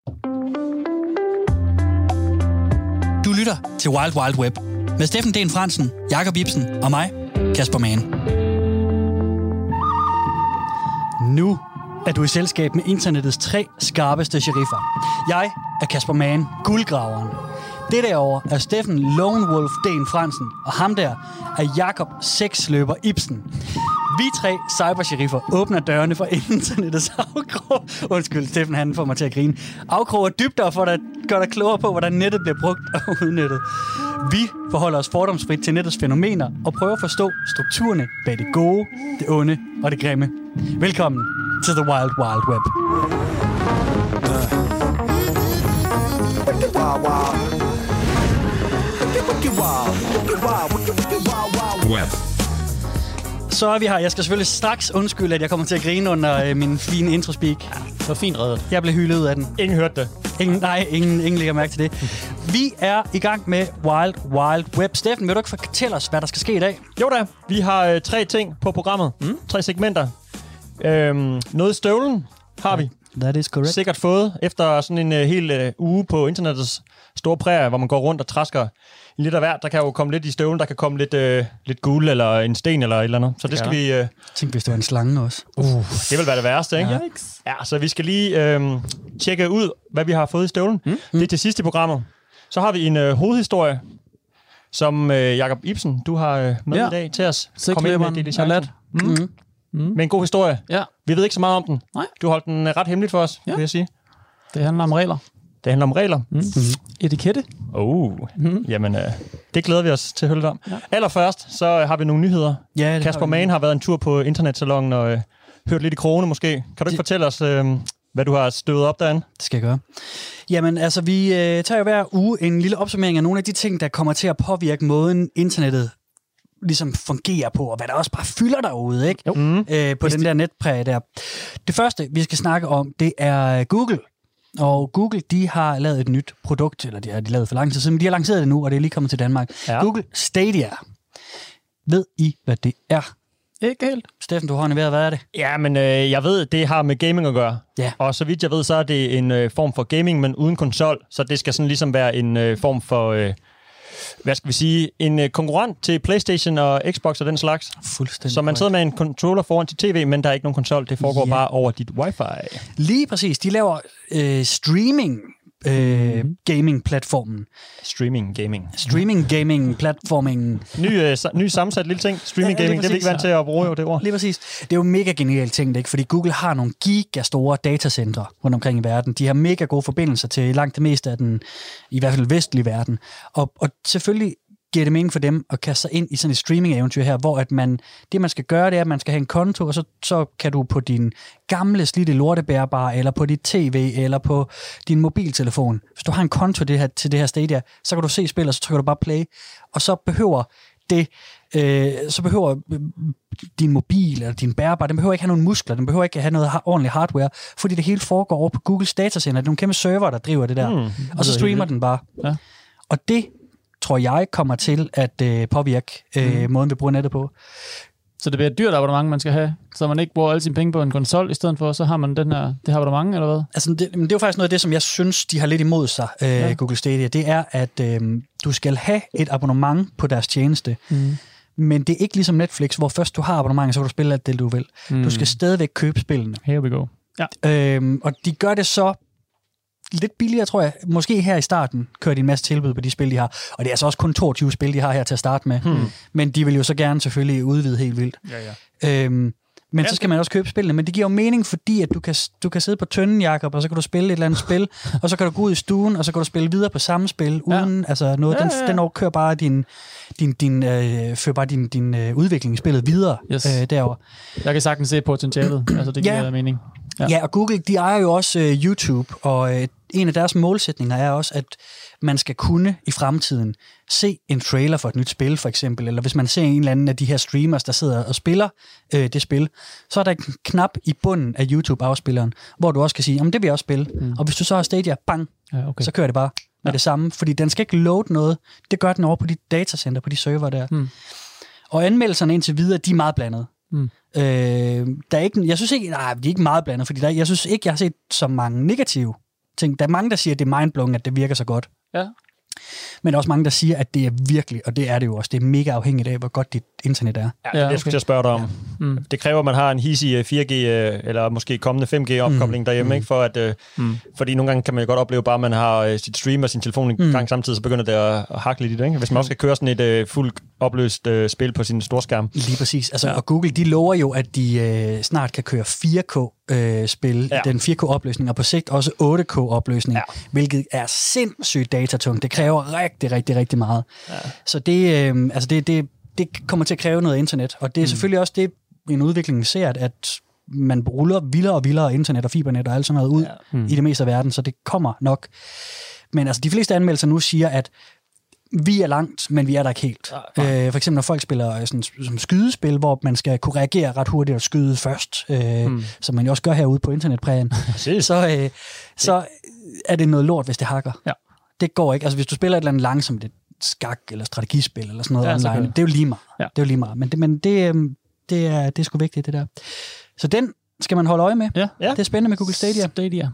Du lytter til Wild Wild Web med Steffen D. Fransen, Jakob Ibsen og mig, Kasper Mann. Nu er du i selskab med internettets 3 skarpeste sheriffer. Jeg er Kasper Mann, guldgraveren. Det derovre er Steffen Lone Wolf D. Fransen, og ham der er Jakob Sexløber Ibsen. Vi 3 cybersheriffer åbner dørene for internettets afkrog. Undskyld, Steffen, han får mig til at grine. Afkrog er dybder for at gøre dig klogere på, hvordan nettet bliver brugt og udnyttet. Vi forholder os fordomsfrit til nettets fænomener og prøver at forstå strukturerne bag det gode, det onde og det grimme. Velkommen til The Wild Wild Web. Web. Så er vi her. Jeg skal selvfølgelig straks undskylde, at jeg kommer til at grine under min fine introspeak. Ja, det var fint reddet. Jeg blev hyldet ud af den. Ingen hørte det. Ingen lægger mærke til det. Vi er i gang med Wild Wild Web. Steffen, vil du ikke fortælle os, hvad der skal ske i dag? Jo da, vi har 3 ting på programmet. 3 segmenter. Noget i støvlen har vi. That is correct. Sikkert fået efter sådan en hel uge på internettets store præger, hvor man går rundt og træsker i lidt af hvert. Der kan jo komme lidt i støvlen, der kan komme lidt guld eller en sten eller et eller andet. Så det skal vi... Tænk, hvis det var en slange også. Det vil være det værste, ikke? Ja, så vi skal lige tjekke ud, hvad vi har fået i støvlen. Det er til sidst i programmet. Så har vi en hovedhistorie, som Jakob Ibsen, du har med i dag til os. Kom ind med diligencen. Med en god historie. Ja. Vi ved ikke så meget om den. Nej. Du holdt den ret hemmelig for os, vil jeg sige. Det handler om regler. Det handler om regler. Etikette. Jamen, det glæder vi os til at høre om. Ja. Allerførst, så har vi nogle nyheder. Ja, Kasper Mann har været en tur på internetsalonen og hørt lidt i krone måske. Kan du ikke fortælle os, hvad du har støvet op derinde? Det skal jeg gøre. Jamen, altså, vi tager jo hver uge en lille opsummering af nogle af de ting, der kommer til at påvirke måden internettet ligesom fungerer på, og hvad der også bare fylder derude, ikke? På den der netpræg der. Det første, vi skal snakke om, det er Google. Og Google, de har lavet et nyt produkt, eller de har lavet for lang tid siden, men de har lanceret det nu, og det er lige kommet til Danmark. Ja. Google Stadia. Ved I, hvad det er? Ikke helt. Steffen, du har hånden i vejret. Hvad er det? Ja, men jeg ved, det har med gaming at gøre. Ja. Og så vidt jeg ved, så er det en form for gaming, men uden konsol. Så det skal sådan ligesom være en form for... hvad skal vi sige, en konkurrent til PlayStation og Xbox og den slags. Fuldstændig. Så man sidder med en controller foran til tv, men der er ikke nogen konsol. Det foregår bare over dit wifi. Lige præcis. De laver streaming gaming-platformen. Streaming gaming. Streaming gaming-platformingen. Ny sammensat lille ting. Streaming gaming, det er vi ikke vant til at bruge det ord. Lige præcis. Det er jo mega genialt ting, ikke? Fordi Google har nogle gigastore datacentre rundt omkring i verden. De har mega gode forbindelser til langt det meste af den, i hvert fald vestlige verden. Og selvfølgelig giver det mening for dem at kaste sig ind i sådan et streaming-eventyr her, hvor at det man skal gøre, det er, at man skal have en konto, og så kan du på din gamle, slidte lortebærbare, eller på dit tv, eller på din mobiltelefon. Hvis du har en konto til det her Stadia, så kan du se spil, og så trykker du bare play, og så behøver din mobil eller din bærbare, den behøver ikke have nogen muskler, den behøver ikke have noget ordentligt hardware, fordi det hele foregår over på Googles datacenter. Det er nogle kæmpe server, der driver det der, og så streamer den bare. Ja. Og det tror jeg kommer til at påvirke måden, vi bruger nettet på. Så det bliver et dyrt abonnement, man skal have, så man ikke bruger alle sine penge på en konsol, i stedet for, så har man det her abonnement, eller hvad? Altså, det er jo faktisk noget af det, som jeg synes, de har lidt imod sig, Google Stadia. Det er, at du skal have et abonnement på deres tjeneste, men det er ikke ligesom Netflix, hvor først du har abonnement, så kan du spille alt det, du vil. Du skal stadigvæk købe spillene. Here we go. Ja. Og de gør det så lidt billigere, tror jeg. Måske her i starten kører de en masse tilbud på de spil, de har. Og det er altså også kun 22 spil, de har her til at starte med. Men de vil jo så gerne selvfølgelig udvide helt vildt. Ja. Men så skal man også købe spillene. Men det giver jo mening, fordi at du kan sidde på tønden, Jakob, og så kan du spille et eller andet spil, og så kan du gå ud i stuen, og så kan du spille videre på samme spil, uden altså noget. Den overkører bare din udvikling i spillet videre derover. Jeg kan sagtens se potentialet. Altså, det giver mening. Ja, og Google, de ejer jo også YouTube, og en af deres målsætninger er også, at man skal kunne i fremtiden se en trailer for et nyt spil, for eksempel, eller hvis man ser en eller anden af de her streamers, der sidder og spiller det spil, så er der en knap i bunden af YouTube-afspilleren, hvor du også kan sige, det vil jeg også spille. Og hvis du så har Stadia, bang, så kører det bare med det samme, fordi den skal ikke load noget. Det gør den over på de datacenter, på de server der. Og anmeldelserne indtil videre, de er meget blandede. Der er ikke, jeg synes ikke, de er ikke meget blandet, fordi jeg synes ikke, jeg har set så mange negative ting. Der er mange, der siger, at det er mindblowing, at det virker så godt. Ja. Men også mange, der siger, at det er virkelig, og det er det jo også, det er mega afhængigt af, hvor godt dit internet er. Ja, det skulle jeg spørge dig om. Ja. Det kræver, at man har en hissig 4G eller måske kommende 5G-opkobling derhjemme, ikke? For at, fordi nogle gange kan man jo godt opleve, bare at man har sit stream og sin telefon i gang samtidig, så begynder det at hakle lidt, ikke? Hvis man også skal køre sådan et fuldt opløst spil på sin storskærm. Lige præcis. Altså, og Google, de lover jo, at de snart kan køre 4K-spil, den 4K-opløsning, og på sigt også 8K-opløsning, hvilket er sindssygt datatungt. Det kræver rigtig, rigtig, rigtig meget. Ja. Så det kommer til at kræve noget internet, og det er selvfølgelig også det, en udvikling vi ser, at man ruller vildere og vildere internet og fibernet og alt sådan noget ud i det meste af verden, så det kommer nok. Men altså, de fleste anmeldelser nu siger, at vi er langt, men vi er der ikke helt. For eksempel når folk spiller sådan, som skydespil, hvor man skal kunne reagere ret hurtigt og skyde først, som man jo også gør herude på internetprægen, så er det noget lort, hvis det hakker. Ja. Det går ikke. Altså hvis du spiller et eller andet langsomt, et skak eller strategispil eller sådan noget online, det er jo lige meget. Ja. Det er jo lige meget. Men det er sgu vigtigt, det der. Så den skal man holde øje med. Ja. Det er spændende med Google Stadia.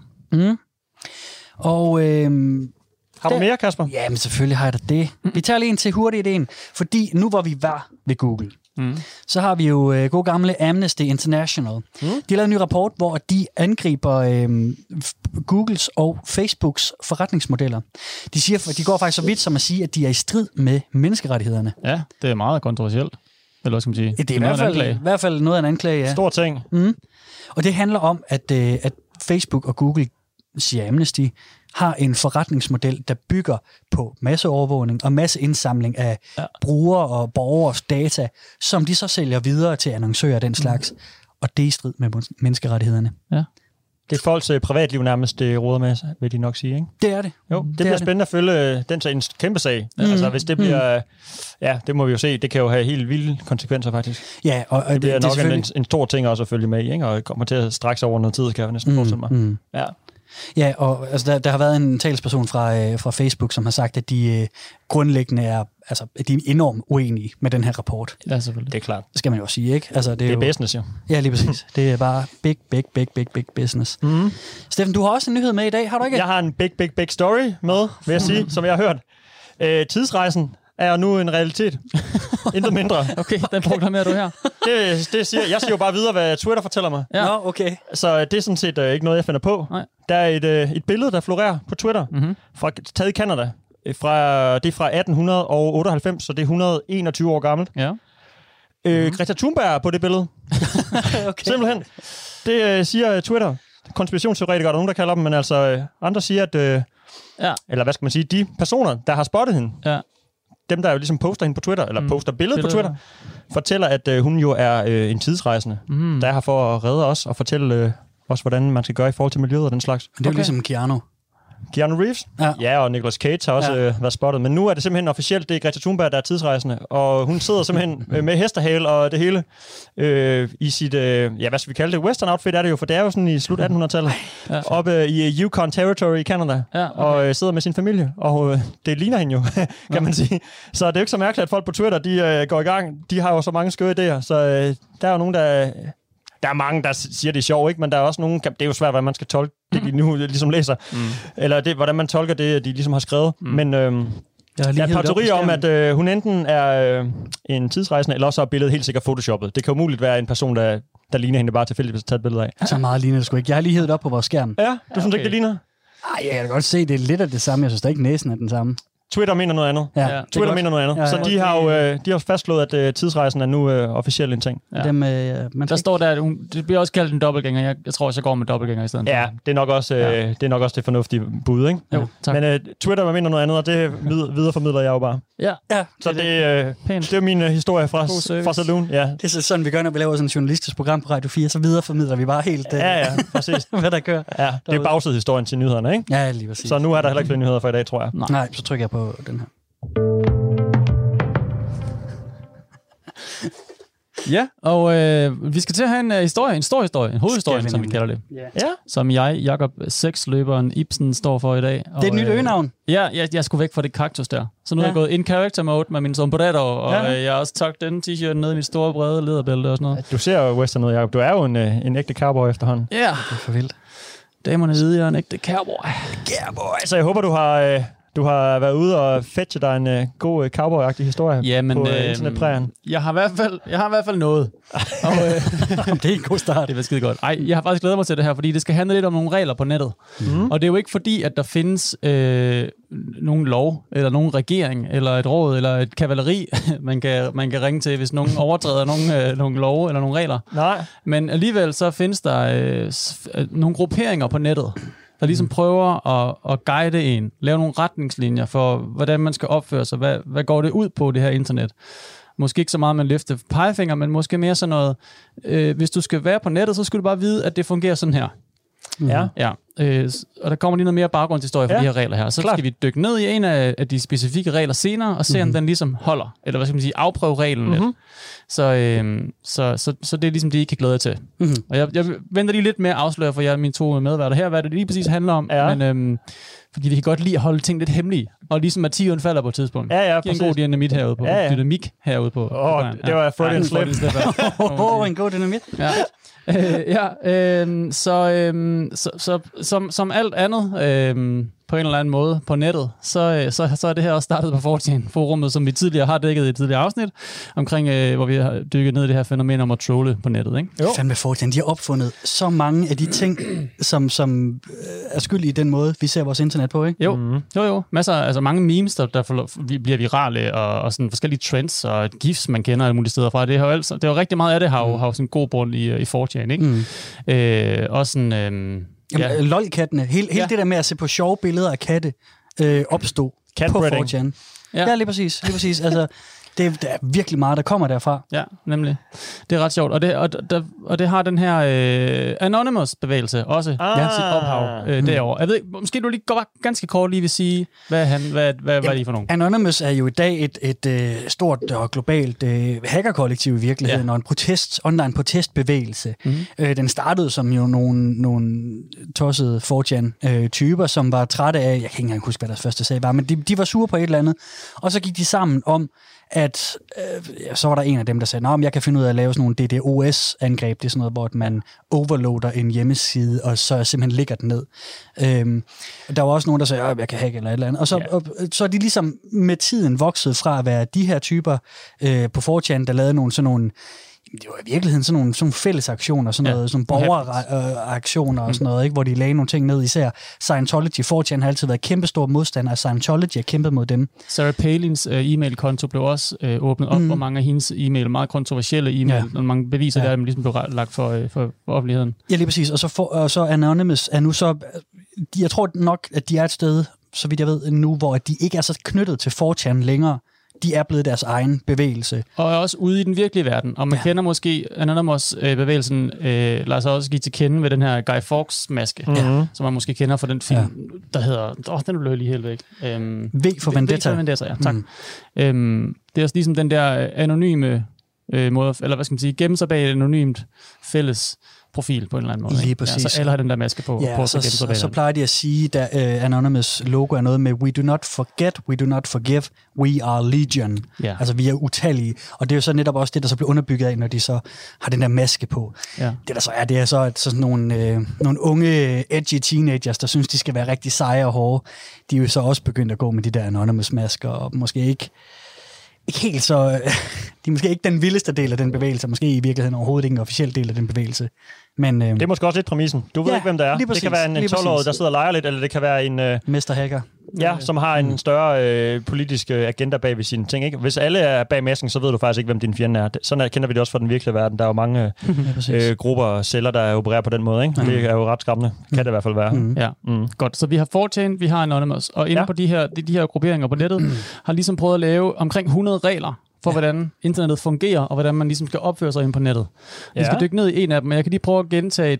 Og har du mere, Kasper? Ja, men selvfølgelig har jeg da det. Vi tager lige en til hurtigt en, fordi nu hvor vi var ved Google, så har vi jo gode gamle Amnesty International. De har lavet en ny rapport, hvor de angriber Googles og Facebooks forretningsmodeller. De går faktisk så vidt som at sige, at de er i strid med menneskerettighederne. Ja, det er meget kontroversielt. Eller hvad skal man sige? Det er i hvert fald noget af en anklage, ja. Stor ting. Og det handler om, at Facebook og Google, siger Amnesty, har en forretningsmodel, der bygger på masseovervågning og masseindsamling af brugere og borgers data, som de så sælger videre til annoncører og den slags. Og det er i strid med menneskerettighederne. Ja. Det er folks privatliv nærmest, det råder med, vil de nok sige, ikke? Det er det. Jo, det bliver spændende at følge den så en kæmpe sag. Altså, hvis det bliver... Ja, det må vi jo se. Det kan jo have helt vilde konsekvenser, faktisk. Ja, og det bliver nok en stor ting også at følge med i, ikke? Og kommer til at strække over noget tid, kan jeg næsten forestille mig. Ja. Ja, og altså, der har været en talsperson fra Facebook, som har sagt, at de grundlæggende er, altså, de er enormt uenige med den her rapport. Ja, selvfølgelig. Det er klart. Det skal man jo også sige, ikke? Altså, det er jo business, jo. Ja, lige præcis. Det er bare big business. Steffen, du har også en nyhed med i dag, har du ikke? Jeg har en big story med, vil jeg sige, som jeg har hørt. Tidsrejsen er nu en realitet. Intet mindre. Okay, den proklamerer du her. Det siger jeg siger jo bare videre, hvad Twitter fortæller mig. Ja. Nå, okay. Så det er sådan set ikke noget, jeg finder på. Nej. Der er et billede, der florerer på Twitter, taget i Canada. Det er fra 1898, så det er 121 år gammelt. Ja. Greta Thunberg er på det billede. Okay. Simpelthen. Det siger Twitter. Konspirationsteoretikere, der er nogen, der kalder dem, men altså andre siger, at... Eller hvad skal man sige? De personer, der har spottet hende, dem, der jo ligesom poster hende på Twitter, eller poster billedet på Twitter, fortæller, at hun jo er en tidsrejsende, der er her for at redde os og fortælle også, hvordan man skal gøre i forhold til miljøet og den slags. Det er jo ligesom Keanu Reeves? Ja, og Nicolas Cage har også været spottet. Men nu er det simpelthen officielt, det er Greta Thunberg, der er tidsrejsende. Og hun sidder simpelthen med hestehale og det hele i sit, hvad skal vi kalde det? Western outfit er det jo, for det er jo sådan i slut 1800-tallet. Oppe i Yukon Territory i Canada. Ja, okay. Og sidder med sin familie. Og det ligner hende jo, kan man sige. Så det er jo ikke så mærkeligt, at folk på Twitter, de går i gang. De har jo så mange skøre idéer. Så der er jo nogen, der er mange, der siger, det er sjovt, ikke? Men der er også nogen... Det er jo svært, hvordan man skal tolke det, de nu ligesom læser. Eller det, hvordan man tolker det, de ligesom har skrevet. Men der er et par teorier om, at hun enten er en tidsrejsende, eller også har billedet helt sikkert photoshoppet. Det kan jo muligt være en person, der ligner hende bare tilfældigvis at tage et billede af. Så meget ligner det sgu ikke. Jeg har lige hævet op på vores skærm. Ja, du synes ikke, det ligner? Ej, jeg kan godt se, det er lidt af det samme. Jeg synes da ikke, næsen er den samme. Twitter mener noget andet. Ja. Twitter mener noget andet. Ja, så de har fastslået, at tidsrejsen er nu officielt en ting. Ja. Der står der, at det bliver også kaldt en dobbeltgænger. Jeg tror også, jeg går med dobbeltgænger i stedet. Ja, det er nok også det fornuftige bud, ikke? Jo, tak. Men Twitter mener noget andet, og det videreformidler jeg jo bare. Ja. Så det er min historie fra Saloon. Ja. Det er sådan, vi gør, når vi laver sådan et journalistisk program på Radio 4, så videreformidler vi bare helt præcis. hvad der kører. Ja, det er bagsidehistorien til nyhederne, ikke? Ja, lige præcis. Så nu er der heller ikke flere nyheder for i dag, tror jeg. Nej, så trykker jeg på den her. Ja, og vi skal til at have en historie, en stor historie, en hovedhistorie, som vi kalder det. Ja. Som Jakob Sexløberen Ibsen står for i dag. Det er et nyt øgenavn. Ja, jeg skulle væk fra det kaktus der. Så nu er jeg gået in character mode med min sombrero, og jeg har også taget den t-shirt ned i mit store, brede læderbælte og sådan noget. Du ser jo western ud, Jakob. Du er jo en ægte cowboy efterhånden. Ja. Det er for vildt. Damerne vide, jeg er en ægte cowboy. Så jeg håber, du har været ude og fetche dig en god cowboy-agtig historie på internetprægen. Jeg har i hvert fald noget. Og, det er en god start. Det var skide godt. Ej, jeg har faktisk glædet mig til det her, fordi det skal handle lidt om nogle regler på nettet. Og det er jo ikke fordi, at der findes nogen lov, eller nogen regering, eller et råd, eller et kavaleri, man kan ringe til, hvis nogen overtræder nogle love eller nogle regler. Nej. Men alligevel så findes der nogle grupperinger på nettet, der ligesom prøver at guide en, lave nogle retningslinjer for, hvordan man skal opføre sig, hvad går det ud på, det her internet. Måske ikke så meget med at løfte pegefinger, men måske mere sådan noget, hvis du skal være på nettet, så skal du bare vide, at det fungerer sådan her. Ja. Og der kommer lige noget mere baggrundshistorie for de her regler her. Så skal vi dykke ned i en af de specifikke regler senere, og se om den ligesom holder. Eller hvad skal man sige, afprøve reglen lidt. Så det er ligesom det, I kan glæde jer til. Og jeg venter lige lidt med at afsløre for jer mine to medværter her, hvad det lige præcis handler om. Men, fordi vi kan godt lide at holde ting lidt hemmelige. Og ligesom at Tion falder på et tidspunkt. Ja, en god dynamik herude på. Dynamik herude på. Det var Freudian slip. En god dynamik. Som alt andet på en eller anden måde på nettet, så er det her også startet på 4chan-forummet, som vi tidligere har dækket i et tidligere afsnit, omkring, hvor vi har dykket ned i det her fænomen om at trolle på nettet. Ikke? Jo. Fandme 4chan, de har opfundet så mange af de ting, som er skyld i den måde, vi ser vores internet på, ikke? Jo. Masser, altså mange memes, der bliver virale, og sådan forskellige trends, og gifs, man kender alle mulige steder fra. Det er jo rigtig meget af det, har jo sådan en god grund i 4chan, ikke? Også sådan... Jamen, LOL-kattene. Hele det der med at se på sjove billeder af katte opstod på 4chan. Ja, lige præcis. Altså, der er virkelig meget, der kommer derfra. Ja, nemlig. Det er ret sjovt. Og det har den her Anonymous-bevægelse også sit ophav derovre. Jeg ved ikke, måske du lige ganske kort lige vil sige, hvad er det for nogen? Anonymous er jo i dag et stort og globalt hackerkollektiv i virkeligheden, og en online protestbevægelse. Den startede som jo nogle tossede 4chan-typer, som var trætte af, jeg kan ikke engang huske, hvad deres første sag var, men de var sure på et eller andet, og så gik de sammen om, at så var der en af dem, der sagde, at jeg kan finde ud af at lave sådan nogle DDoS-angreb. Det er sådan noget, hvor man overloader en hjemmeside, og så simpelthen lægger den ned. Der var også nogen, der sagde, at jeg kan hacke eller et eller andet. Og så er de ligesom med tiden vokset fra at være de her typer på 4chan, der lavede sådan nogle det var i virkeligheden sådan nogle fælles aktioner, sådan noget, sådan borgeraktioner og sådan noget, ikke, hvor de lagde nogle ting ned, især Scientology. 4chan har altid været kæmpestor modstander af Scientology og kæmpet mod dem. Sarah Palins e-mailkonto blev også åbnet op, og mange af hendes e-mail, meget kontroversielle e-mail, og mange beviser der, ligesom blev lagt for offentligheden. Ja, lige præcis. Og så Anonymous er nu så, jeg tror nok, at de er et sted, så vidt jeg ved nu, hvor de ikke er så knyttet til 4chan længere. De er blevet deres egen bevægelse. Og er også ude i den virkelige verden. Og man kender måske Anonymous-bevægelsen, lader sig også give til kende ved den her Guy Fawkes-maske, som man måske kender fra den film, der hedder... den blev lige helt væk. V for Vendetta. V for Vendetta, ja. Tak. Det er også ligesom den der anonyme måde, eller hvad skal man sige, gemme sig bag et anonymt fælles profil på en eller anden måde. Lige præcis. Ja, så alle har den der maske på. Ja, så plejer de at sige, at Anonymous logo er noget med We do not forget, we do not forgive, we are legion. Ja. Altså, vi er utallige. Og det er jo så netop også det, der så bliver underbygget af, når de så har den der maske på. Ja. Det der så er, det er så sådan nogle unge, edgy teenagers, der synes, de skal være rigtig seje og hårde. De er jo så også begyndt at gå med de der Anonymous-masker, og måske ikke helt så... De er måske ikke den vildeste del af den bevægelse, måske i virkeligheden overhovedet ikke en officiel del af den bevægelse. Men, det er måske også lidt præmissen. Du ved ikke, hvem det er. Det kan være en 12-årig, der sidder og leger lidt, eller det kan være en... mesterhacker. Ja, som har en større politisk agenda bag ved sine ting. Ikke? Hvis alle er bag masken, så ved du faktisk ikke, hvem din fjende er. Sådan kender vi det også fra den virkelige verden. Der er jo mange grupper og celler, der opererer på den måde. Ikke? Det er jo ret skræmmende. Kan det i hvert fald være. Godt. Så vi har 4chan, vi har Anonymous. Og inde på de her grupperinger på nettet, har ligesom prøvet at lave omkring 100 regler for hvordan internettet fungerer, og hvordan man ligesom skal opføre sig inde på nettet. Vi skal dykke ned i en af dem, men jeg kan lige prøve at gentage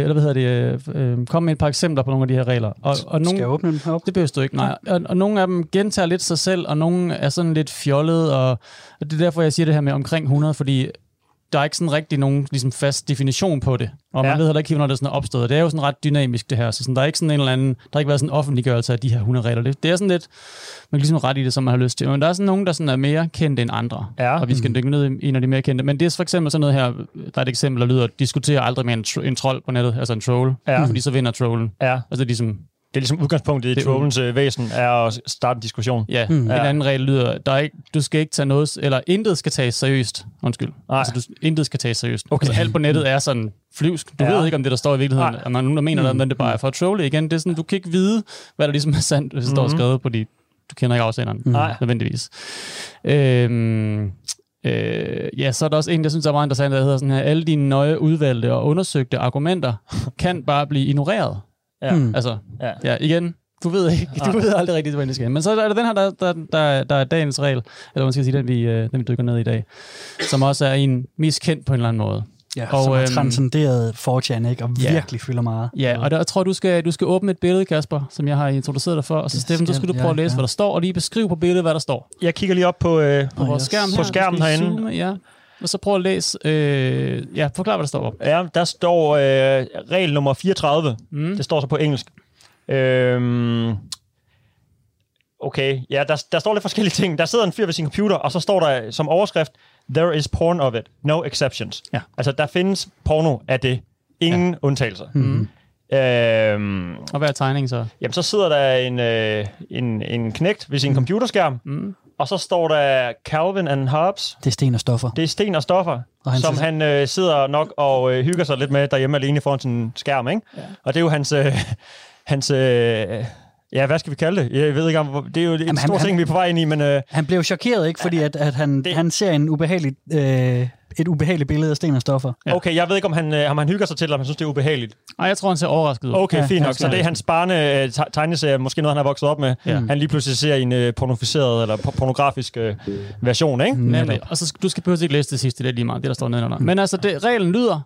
komme med et par eksempler på nogle af de her regler. Og nogle, skal jeg åbne dem op? Det behøver du ikke, nej. Og nogle af dem gentager lidt sig selv, og nogle er sådan lidt fjollet, og det er derfor, jeg siger det her med omkring 100, fordi der er ikke sådan rigtig nogen ligesom, fast definition på det. Og man ved heller ikke, hvornår det sådan er opstået. Det er jo sådan ret dynamisk, det her. Så sådan, der er ikke sådan en eller anden... Der har ikke været sådan en offentliggørelse af de her 100 regler. Det er sådan lidt... Man kan ligesom ret i det, som man har lyst til. Men der er sådan nogen, der sådan er mere kendte end andre. Ja. Og vi skal dykke ned i en af de mere kendte. Men det er for eksempel sådan noget her... Der er et eksempel, der lyder, diskutere aldrig med en trold på nettet. Altså en troll. Ja. Fordi så vinder trollen. Ja. Altså det er ligesom udgangspunktet i trollens væsen, er at starte en diskussion. Ja, en anden regel lyder, du skal ikke tage noget, eller intet skal tages seriøst. Undskyld. Altså, intet skal tages seriøst. Okay. Altså, alt på nettet er sådan flyvsk. Du ved ikke, om det, der står i virkeligheden, at man nogen, der mener det, men det bare er for at trolle igen. Det er sådan, du kan ikke vide, hvad der ligesom er sandt, hvis det står skrevet på de... Du kender ikke afsenderen, nødvendigvis. Ja, så er der også en, der synes er meget interessant, der hedder sådan her, alle dine nøje udvalgte og undersøgte argumenter kan bare blive ignoreret. Ja. Altså, igen, du ved aldrig rigtigt, hvad det skal. Men så er det den her, der er dagens regel, eller man skal sige, den vi dykker ned i dag, som også er en miskendt på en eller anden måde. Ja, og, som har transcenderet 4chan, ikke? Og virkelig fylder meget. Ja, og der tror du skal åbne et billede, Kasper, som jeg har introduceret dig for, og så Steffen, så skal du prøve at læse, hvad der står, og lige beskrive på billedet, hvad der står. Jeg kigger lige op på vores skærmen herinde. Zoome, ja. Og så prøv at læse, forklar, hvad der står op. Ja, der står regel nummer 34. Det står så på engelsk. Okay, ja, der står lidt forskellige ting. Der sidder en fyr ved sin computer, og så står der som overskrift, there is porn of it, no exceptions. Ja. Altså, der findes porno af det. Ingen undtagelser. Og hvad er tegningen så? Jamen, så sidder der en knægt ved sin computerskærm, og så står der Calvin and Hobbes. Det er Sten og Stoffer. Det er Sten og Stoffer, som han sidder nok og hygger sig lidt med derhjemme alene foran sin skærm, ikke? Ja. Og det er jo hans ja, hvad skal vi kalde det? Jeg ved ikke om... Det er jo en stor ting, vi er på vej ind i, men... Han blev chokeret, ikke? Fordi at han ser en et ubehageligt billede af Sten og Stoffer. Ja. Okay, jeg ved ikke, om han hygger sig til, eller om han synes, det er ubehageligt. Nej, jeg tror, han ser overrasket ud. Okay, fint nok. Så det er hans tegneserie, måske noget, han har vokset op med. Ja. Han lige pludselig ser i en pornoficeret eller pornografisk version, ikke? Nemlig. Og så du skal behøve ikke læse det sidste, det er lige meget, det der står nedenunder. Men altså, reglen lyder,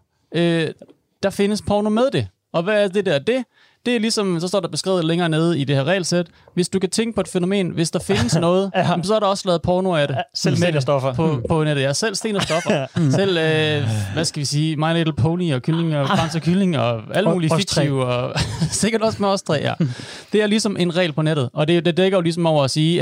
der findes porno med det. Og hvad er det der? Det er ligesom, så står der beskrevet længere nede i det her regelsæt. Hvis du kan tænke på et fænomen, hvis der findes noget, så er der også lavet porno af det. Selv Sten og Stoffer. På nettet, ja. Selv Sten og Stoffer. Selv, hvad skal vi sige, My Little Pony og Kylling og Frans og Kylling og alle mulige fiktive. Og sikkert også med os tre, ja. Det er ligesom en regel på nettet. Og det dækker jo ligesom over at sige,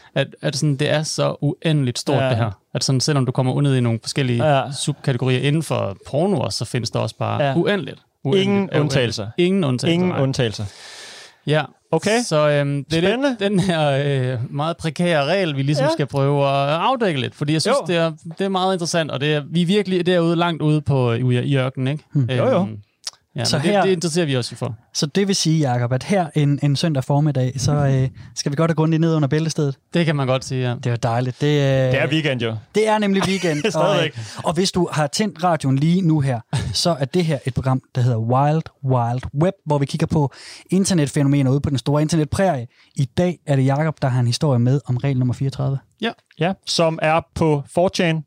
at sådan, det er så uendeligt stort, det her. At sådan, selvom du kommer under i nogle forskellige subkategorier inden for porno, så findes der også bare uendeligt. Ingen undtagelser. Ingen undtagelser. Ja, okay. Så det er den her meget prekære regel, vi ligesom skal prøve at afdække lidt, fordi jeg synes, det er meget interessant, og vi er virkelig derude langt ude i ørkenen, ikke? Jo. Ja, så her, det interesserer vi også for. Så det vil sige, Jacob, at her en søndag formiddag, så skal vi godt have grundigt ned under bæltestedet. Det kan man godt sige, ja. Det er dejligt. Det er weekend, jo. Det er nemlig weekend. og hvis du har tændt radioen lige nu her, så er det her et program, der hedder Wild Wild Web, hvor vi kigger på internetfænomener ude på den store internetprærie. I dag er det Jacob, der har en historie med om regel nummer 34. Ja, som er på 4chan.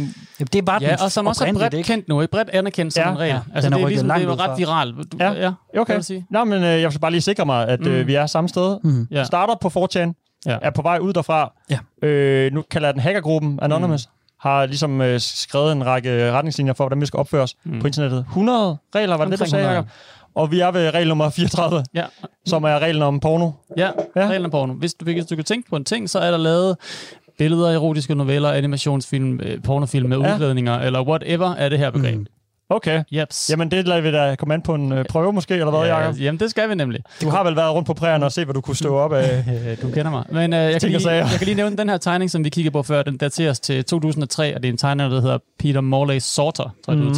Det var den og som også er bredt kendt nu, bredt anerkendt som en regel. Ja, altså, det er ligesom, det er ret viral. Okay. Nå, men jeg vil bare lige sikre mig, at vi er samme sted. Starter på 4chan, er på vej ud derfra. Nu kalder jeg den hackergruppen Anonymous. Har ligesom skrevet en række retningslinjer for, hvordan vi skal opføre os på internettet. 100 regler, var det du sagde, Jacob? Og vi er ved regel nummer 34, som er reglen om porno. Ja, reglen om porno. Hvis du kan tænke på en ting, så er der lavet billeder, erotiske noveller, animationsfilm, pornofilm med udklædninger, eller whatever er det her begreb. Okay. Jeps. Jamen, det lader vi da komme an på en prøve måske, eller hvad, Jacob? Jamen, det skal vi nemlig. Du har vel været rundt på prærien og se, hvad du kunne stå op af. Du kender mig. Men jeg kan lige nævne den her tegning, som vi kiggede på før. Den dateres til 2003, og det er en tegner, der hedder Peter Morley Sorter, tror jeg, det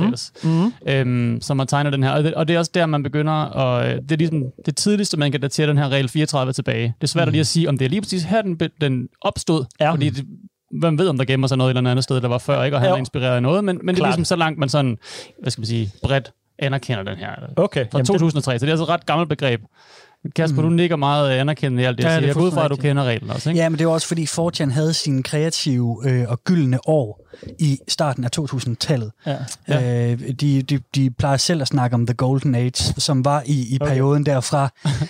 udtales. Som har tegnet den her. Og det er også der, man begynder, og det er ligesom det tidligste, man kan datere den her regel 34 tilbage. Det er svært lige at sige, om det er lige præcis her, den opstod. Fordi hvem ved, om der gemmer sig noget eller andet sted, der var før, ikke? Og han er inspireret af noget, men det er ligesom så langt, man sådan, hvad skal man sige, bredt anerkender den her. Okay. Fra 2003, så det er altså et ret gammelt begreb. Kasper, du nikker meget anerkendende i alt det, jeg siger. Jeg går ud fra, at du kender reglen også, ikke? Ja, men det er også fordi 4chan havde sine kreative og gyldne år i starten af 2000-tallet. De plejer selv at snakke om The Golden Age, som var i perioden derfra,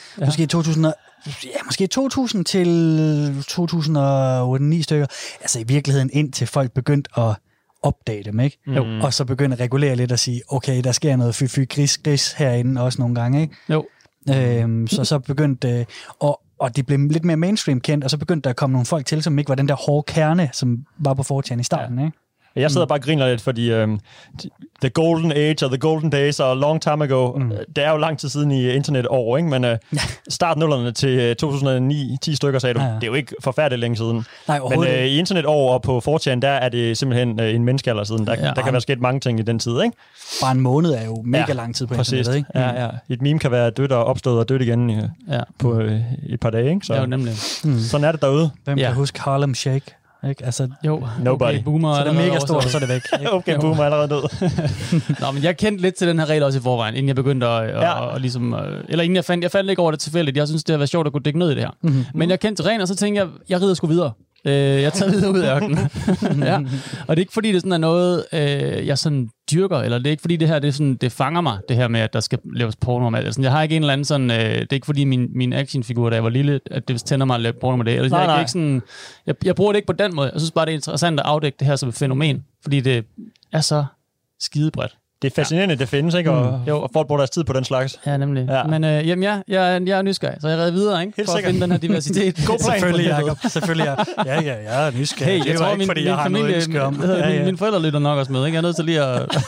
måske 2000 til 2009 stykker. Altså i virkeligheden indtil folk begyndte opdage dem, ikke? Og så begynde at regulere lidt og sige, okay, der sker noget gris herinde også nogle gange, ikke? Jo. Så begyndte og det blev lidt mere mainstream kendt, og så begyndte der at komme nogle folk til, som ikke var den der hårde kerne, som var på 4chan i starten, ikke? Jeg sidder bare og griner lidt, fordi the golden age og the golden days og long time ago, det er jo lang tid siden i internetår, ikke? Men start 0'erne til 2009, 10 stykker sagde du, det er jo ikke forfærdeligt længe siden. Nej, men i internetår og på 4chan, der er det simpelthen en menneskealder siden. Der kan være sket mange ting i den tid, ikke? Bare en måned er jo mega lang tid på internettet, ikke? Ja. Et meme kan være dødt og opstået og dødt igen på et par dage, ikke? Så, ja, nemlig. Sådan er det derude. Hvem kan huske Harlem Shake? Ikke? Altså, nobody. Okay, boomer, så det er mega stort, og så er det væk. Okay, boomer er allerede død. Nå, men jeg kendte lidt til den her regel også i forvejen, inden jeg begyndte at ligesom... Eller inden jeg faldt ikke over det tilfældigt. Jeg synes, det har været sjovt at kunne dække ned i det her. Men jeg kendte til reglen, og så tænkte jeg rider sgu videre. Jeg tager videre ud af ørkenen. Ja. Og det er ikke fordi, det sådan er noget, jeg sådan dyrker, eller det er ikke fordi, det her det, er sådan, det fanger mig, det her med, at der skal laves porno om alt. Altså, jeg har ikke en eller anden sådan... det er ikke fordi, min actionfigur, da jeg var lille, at det tænder mig at lave porno med det. Eller, jeg ikke sådan, jeg bruger det ikke på den måde. Jeg synes bare, det er interessant at afdække det her som et fænomen, fordi det er så skidebredt. Det er fascinerende, det findes, ikke? Og folk bruger deres tid på den slags. Ja, nemlig. Ja. Men jeg er nysgerrig, så jeg redder videre, ikke? Helt for sikkert. at finde den her diversitet. God plan. Selvfølgelig, Jacob. Selvfølgelig. Jeg er nysgerrig. Hey, jeg tror, ikke, fordi jeg har noget ønske om. Mine forældre lytter nok også med, ikke? Jeg er nødt til lige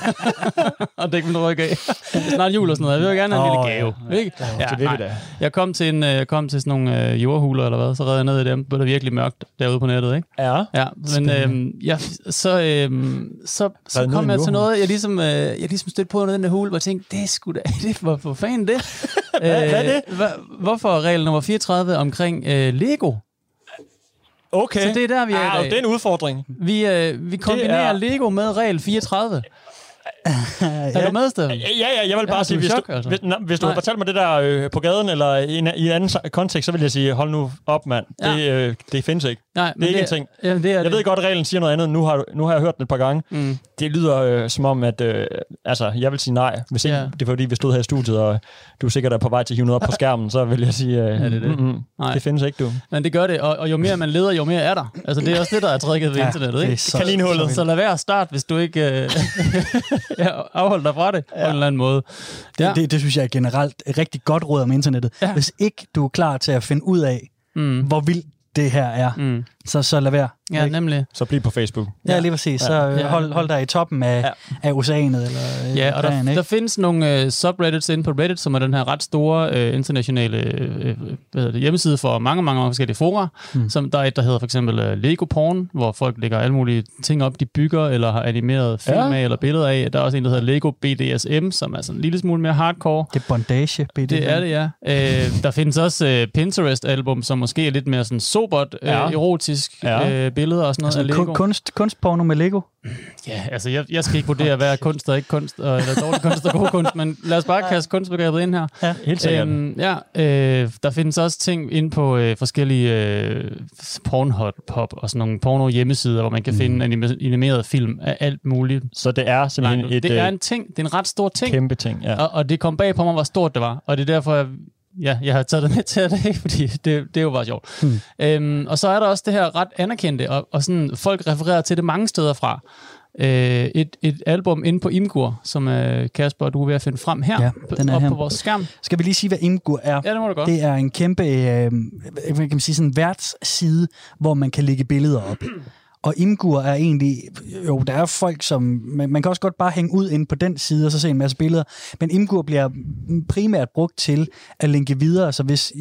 at dække min ryg af. Snart jul og sådan noget. Jeg vil jo gerne have en lille gave. Ikke? Det vil vi da. Jeg kom til sådan nogle jordhuler, eller hvad, så redde jeg ned i dem. Det blev virkelig mørkt derude på nettet, ikke? Ja. Men så kom jeg til noget, jeg ligesom stødte på den der hule, hvor jeg tænkte, det er sgu da, hvorfor fanden det? Hvad er det? Hvorfor er regel nummer 34 omkring Lego? Okay. Så det er der, vi er i dag. Det er en udfordring. Vi kombinerer Lego med regel 34. Er du med, Steffen? Ja, jeg vil bare sige, hvis du havde fortalt mig det der på gaden, eller i en anden kontekst, så vil jeg sige, hold nu op, mand. Ja. Det findes ikke. Nej, det er ikke en ting. Jeg ved godt, at reglen siger noget andet. Nu har jeg hørt den et par gange. Det lyder som om, at jeg vil sige nej. Hvis ikke, det er fordi, vi stod her i studiet, og du er sikkert på vej til at hive noget op på skærmen, så vil jeg sige, det findes ikke, du. Men det gør det, og jo mere man leder, jo mere er der. Altså, det er også det, der er tricket ved internettet, ikke? Kaninhullet. Så lad være at starte, hvis du ikke afholder dig fra det på en eller anden måde. Ja. Det synes jeg er generelt et rigtig godt råd om internettet. Ja. Hvis ikke du er klar til at finde ud af, hvor vildt det her er, så lad være. Ja, nemlig. Så bliv på Facebook. Ja, lige præcis. Så hold dig i toppen af oceanet. Eller og der findes nogle subreddits inde på Reddit, som er den her ret store internationale hjemmeside for mange forskellige fora. Som der er et, der hedder for eksempel Lego Porn, hvor folk lægger alle mulige ting op, de bygger eller har animeret film af eller billeder af. Der er også en, der hedder Lego BDSM, som er sådan en lille smule mere hardcore. Det er bondage BDSM. Det er det, ja. Der findes også Pinterest-album, som måske er lidt mere sådan sobert, erotisk billeder og sådan noget altså af Lego. Kunstporno med Lego? Ja, altså jeg skal ikke vurdere, hvad er kunst og ikke kunst, eller dårlig kunst og god kunst, men lad os bare kaste kunstbegrebet ind her. Ja, helt sikkert. Der findes også ting inde på forskellige Pornhub og sådan nogle porno hjemmesider, hvor man kan finde animerede film af alt muligt. Så det er simpelthen det er en ting, det er en ret stor ting. Kæmpe ting, ja. Og det kom bag på mig, hvor stort det var, og det er derfor, jeg har taget det med til i dag, fordi det er jo bare sjovt. Og så er der også det her ret anerkendte, og sådan, folk refererer til det mange steder fra. Et album inde på Imgur, som Kasper, du er ved at finde frem her, på vores skærm. Skal vi lige sige, hvad Imgur er? Ja, det må du godt. Det er en kæmpe kan man sige, sådan værtsside, hvor man kan lægge billeder op. Og Imgur er egentlig, der er folk, som, man kan også godt bare hænge ud inde på den side, og så se en masse billeder, men Imgur bliver primært brugt til at linke videre, så hvis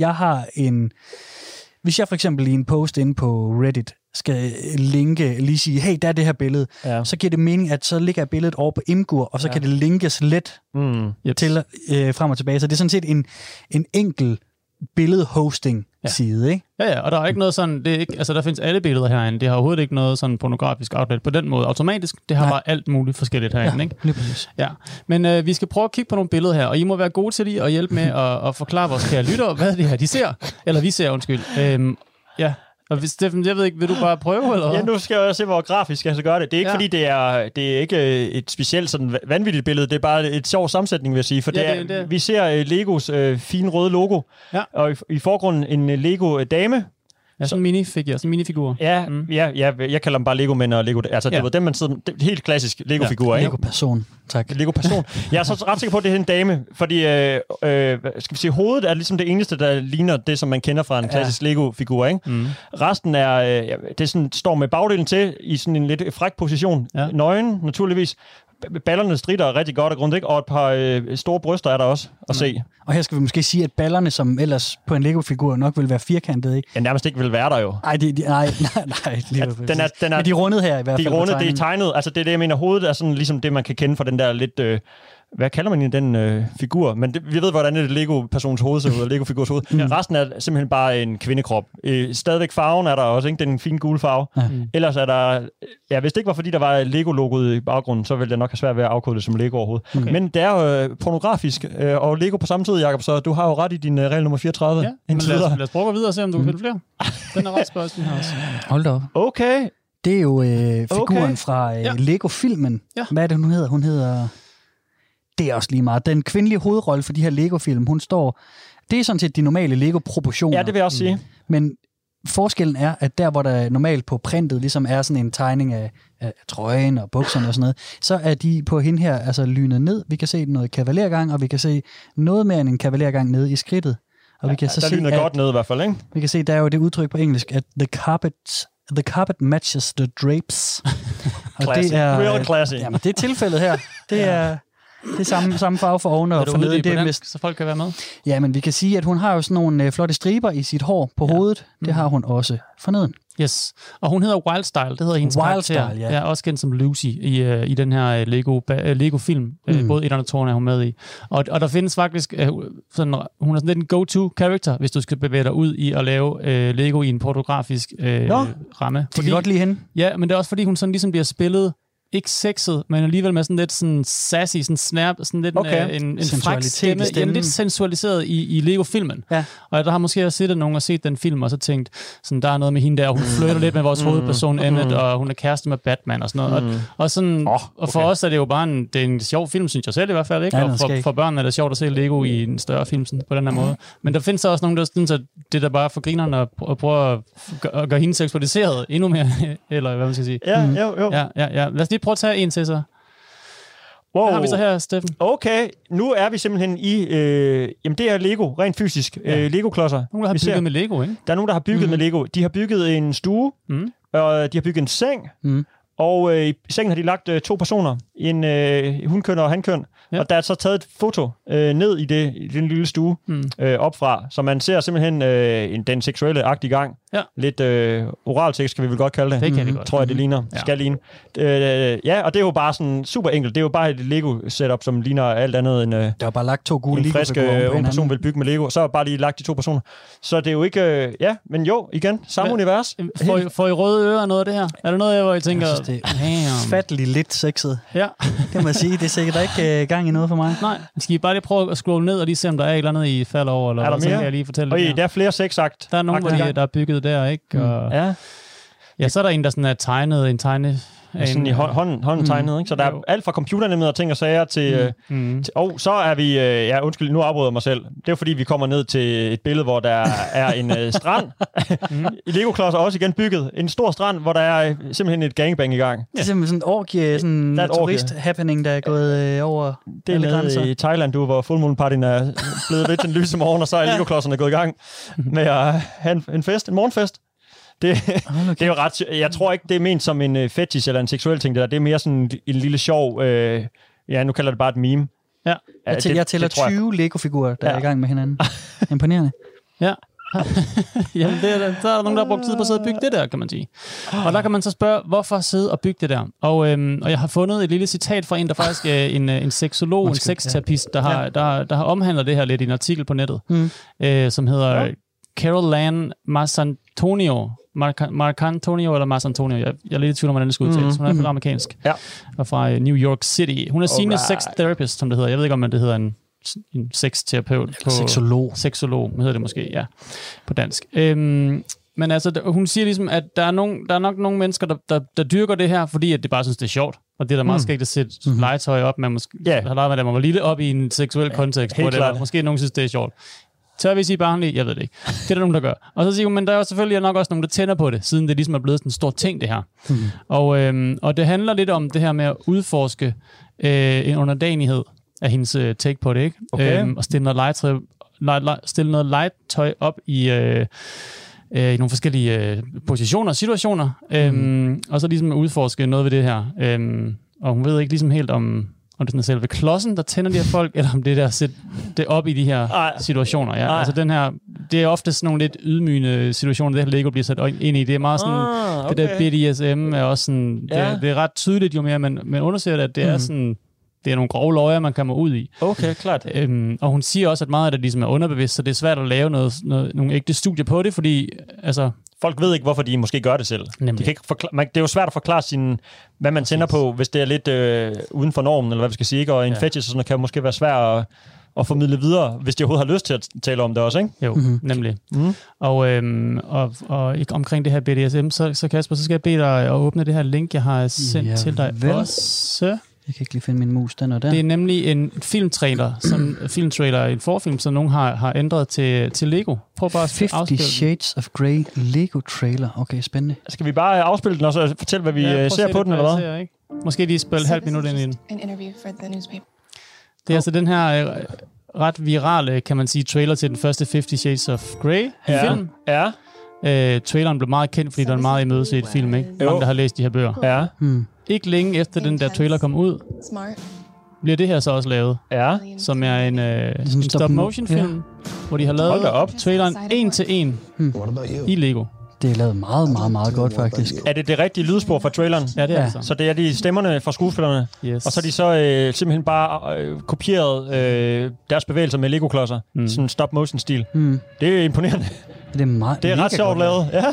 jeg for eksempel i en post inde på Reddit skal lige sige, hey, der er det her billede, så giver det mening, at så ligger billedet over på Imgur, og så kan det linkes let til frem og tilbage. Så det er sådan set en enkel billedhosting-side, ikke? Ja, og der er ikke noget sådan, det er ikke, altså der findes alle billeder herinde, det har overhovedet ikke noget sådan pornografisk outlet på den måde automatisk, det har bare alt muligt forskelligt herinde, ikke? Lige præcis. Ja, men vi skal prøve at kigge på nogle billeder her, og I må være gode til lige at hjælpe med at forklare vores kære lyttere, hvad det her de ser, eller vi ser, undskyld. Ja. Og Steffen, jeg ved ikke, vil du bare prøve, eller? Ja, nu skal jeg se, hvor grafisk jeg skal gøre det. Det er ikke, fordi det er ikke et specielt sådan vanvittigt billede, det er bare et sjov sammensætning, vil jeg sige. For vi ser Legos fine røde logo, og i forgrunden en Lego-dame, Ja, sådan en minifigur. Ja, jeg kalder dem bare Lego-mænd og Lego... Altså, det var dem, man sidder... Helt klassisk Lego-figur, ikke? Lego-person, tak. Lego-person. Jeg er så ret sikker på, at det er en dame, fordi skal vi sige, hovedet er ligesom det eneste, der ligner det, som man kender fra en klassisk Lego-figur, ikke? Resten er... det sådan, står med bagdelen til i sådan en lidt fræk position. Nøgen, naturligvis. Ballerne stritter rigtig godt og grundigt, ikke? Og et par store bryster er der også at se. Og her skal vi måske sige, at ballerne, som ellers på en Lego-figur nok vil være firkantede, ikke? Ja, nærmest ikke vil være der jo. Nej. Den er, men de er rundet her i hvert fald. De er rundet, det er tegnet. Altså det er det, jeg mener. Hovedet er sådan ligesom det, man kan kende fra den der lidt... hvad kalder man den figur? Men vi ved, hvordan et Lego-persons hoved ser ud, og Lego-figurs hoved. Resten er simpelthen bare en kvindekrop. Stadigvæk farven er der også, ikke? Den fine gule farve. Ellers er der... Ja, hvis det ikke var, fordi der var Lego-logoet i baggrunden, så ville det nok have svært ved at afkode det som Lego overhovedet. Okay. Men det er jo pornografisk, og Lego på samme tid, Jacob, så du har jo ret i din regel nummer 34. Ja, lad os prøve videre og se, om du kan finde flere. Den er ret spørgsmål her også. Hold da op. Okay. Det er jo figuren fra Lego-filmen. Ja. Hvad er det, hun hedder? Hun hedder... Det er også lige meget. Den kvindelige hovedrolle for de her Lego-film, hun står... Det er sådan set de normale Lego-proportioner. Ja, det vil jeg også sige. Men forskellen er, at der, hvor der normalt på printet ligesom er sådan en tegning af trøjen og bukserne og sådan noget, så er de på hende her altså lynet ned. Vi kan se noget kavalergang, og vi kan se noget mere end en kavalergang nede i skridtet. Og vi kan så der se, lyner godt ned i hvert fald, ikke? Vi kan se, der er jo det udtryk på engelsk, at the carpet matches the drapes. Og classy. Det er, real classy. Jamen, det er tilfældet her. Det er... Det er samme farve for oven og for nede. Det er dansk, så folk kan være med. Ja, men vi kan sige, at hun har jo sådan nogle flotte striber i sit hår på hovedet. Det har hun også forneden. Yes. Og hun hedder Wildstyle. Det hedder hendes karakter. Ja. Ja, også kendt som Lucy i den her Lego-film. Både 1 og 2 er hun med i. Og der findes faktisk... sådan, hun er sådan lidt en go-to-character, hvis du skal bevæge dig ud i at lave Lego i en pornografisk ramme. Det kan godt lide hende. Ja, men det er også fordi, hun sådan ligesom bliver spillet ikke sexet, men alligevel med sådan lidt sådan sassy, sådan snap, sådan lidt en fræk stemme. Jamen, lidt sensualiseret i Lego-filmen. Ja. Og der har måske også set nogen og set den film, og så tænkt, sådan, der er noget med hende der, og hun flytter lidt med vores hovedperson Emmett, og hun er kæreste med Batman og sådan noget. Og, sådan, og for os er det jo bare det er en sjov film, synes jeg selv i hvert fald, ikke? Og for børnene er det sjovt at se Lego i en større film sådan, på den her måde. Men der findes så også nogen, der synes, at det der bare for grinerne at prøve at gøre hende seksualiseret endnu mere, eller hvad man skal sige. Ja. Lad os lige prøv at tage en til så. Wow. Hvad har vi så her, Steffen? Okay, nu er vi simpelthen i... jamen, det er Lego, rent fysisk. Lego-klodser. Nogen, der har bygget med Lego, ikke? Der er nogen, der har bygget med Lego. De har bygget en stue, og de har bygget en seng, og i sengen har de lagt 2 personer. En hunkøn og hankøn. Ja. Og der er så taget et foto ned i den lille stue opfra, så man ser simpelthen den seksuelle akt i gang. Ja. Lidt oralsex, kan vi vel godt kalde det. Det kan vi godt. Tror jeg, det ligner. Ja. Skal ligne. Og det er jo bare sådan super enkelt. Det er jo bare et Lego-setup, som ligner alt andet end der er bare lagt 2 gule en frisk ung person vil bygge med Lego. Så er bare lige lagt de 2 personer. Så det er jo ikke... men jo, igen, samme univers. Får I røde ører noget af det her? Er der noget, hvor I tænker... Jeg synes, det er fattelig lidt sexet. Ja. Det må jeg sige. Det er sikkert ikke gang i noget for mig. Nej. Skal I bare lige prøve at scrolle ned og lige se, om der er et eller andet, I falder over? Eller er der mere? Så kan jeg lige fortælle det. Der er flere sexakt. Der er nogen, der er bygget der, ikke? Og ja, så er der en, der sådan er tegnet en tegne... Sådan i hånden tegnet, ikke? Så der er alt fra computerne og ting og sager til... så er vi... undskyld, nu afbryder jeg mig selv. Det er jo fordi, vi kommer ned til et billede, hvor der er en strand. Lego-klodser også igen bygget. En stor strand, hvor der er simpelthen et gangbang i gang. Det er simpelthen sådan en orgie, sådan en turist-happening, der er gået over det alle grænser. I Thailand, hvor fuldmånepartyen er blevet ved den lyse morgen, og så er Lego-klodserne gået i gang med at have en morgenfest. Det er jo ret... Jeg tror ikke, det er ment som en fetish eller en seksuel ting. Det er mere sådan en lille sjov... nu kalder det bare et meme. Ja. Jeg tæller 20 Lego-figurer, der er i gang med hinanden. Imponerende. Ja. Jamen, der er nogen, der har brugt tid på at sidde og bygge det der, kan man sige. Og der kan man så spørge, hvorfor sidde og bygge det der? Og jeg har fundet et lille citat fra en, der faktisk er en seksolog, en sexterapist, der har omhandlet det her lidt i en artikel på nettet, som hedder Carol Ann Marcantonio. Marcantonio eller Marcantonio. Jeg er lidt i tvivl om, hvordan det skal udtales. Hun er amerikansk. Ja. Og fra New York City. Hun er senior sex therapist, som det hedder. Jeg ved ikke, om det hedder en sexterapeut. Seksolog hedder det måske, ja. På dansk. Men altså, hun siger ligesom, at der er nok nogle mennesker, der dyrker det her, fordi at det bare synes, det er sjovt. Og det er da meget skægt at sætte legetøj op. Man måske har leget med det, man var lille op i en seksuel kontekst, hvor det måske nogen synes, det er sjovt. Tør vi sige barnlig? Jeg ved det ikke. Det er der nogen, der gør. Og så siger hun, men der er jo selvfølgelig nok også nogen, der tænder på det, siden det ligesom er blevet sådan en stor ting, det her. Og det handler lidt om det her med at udforske en underdanighed af hendes take på det, ikke? Okay. Og stille noget legetøj op i nogle forskellige positioner og situationer, og så ligesom udforske noget ved det her. Og hun ved ikke ligesom helt om det sådan er selve klodsen, der tænder de her folk, eller om det der at sætte det op i de her situationer. Ja. Altså den her, det er ofte sådan nogle lidt ydmygende situationer, det her Lego bliver sat ind i. Det er meget sådan, det der BDSM er også sådan, det er ret tydeligt, jo mere man undersøger det, at det er sådan, det er nogle grove løjer, man kommer ud i. Okay, klart. Og hun siger også, at meget af det ligesom er underbevidst, så det er svært at lave nogle ægte studier på det, fordi altså... Folk ved ikke, hvorfor de måske gør det selv. De kan ikke det er jo svært at forklare hvad man tænder på, hvis det er lidt uden for normen, eller hvad vi skal sige. Ikke? Og en fetish og sådan noget kan måske være svært at formidle videre, hvis de overhovedet har lyst til at tale om det også, ikke? Jo, nemlig. Og omkring det her BDSM, så Kasper, så skal jeg bede dig at åbne det her link, jeg har sendt til dig også. Jeg kan ikke lige finde min mus, den er der. Det er nemlig en filmtrailer, en forfilm, som nogen har ændret til Lego. Prøv bare at 50 Shades of Grey Lego trailer. Okay, spændende. Skal vi bare afspille den og så fortælle, hvad vi ser på den, eller hvad? Ikke? Måske lige spille halvt minut ind i den. Det er altså den her ret virale, kan man sige, trailer til den første 50 Shades of Grey film. Ja. Traileren blev meget kendt, fordi der er en meget imødeset film, ikke? Mange, der har læst de her bøger. Ja. Ikke længe efter den der trailer kom ud, bliver det her så også lavet. Ja. Som er en stop-motion film, hvor de har lavet traileren 1-til-1 i Lego. Det er lavet meget, meget, meget godt, faktisk. Er det rigtig lydspor fra traileren? Ja, det er det. Så det er de stemmerne fra skuespillerne? Yes. Og så er de så simpelthen bare kopieret deres bevægelser med Lego-klodser. Sådan en stop-motion-stil. Det er imponerende. Det er ret sjovt lavet. Ja.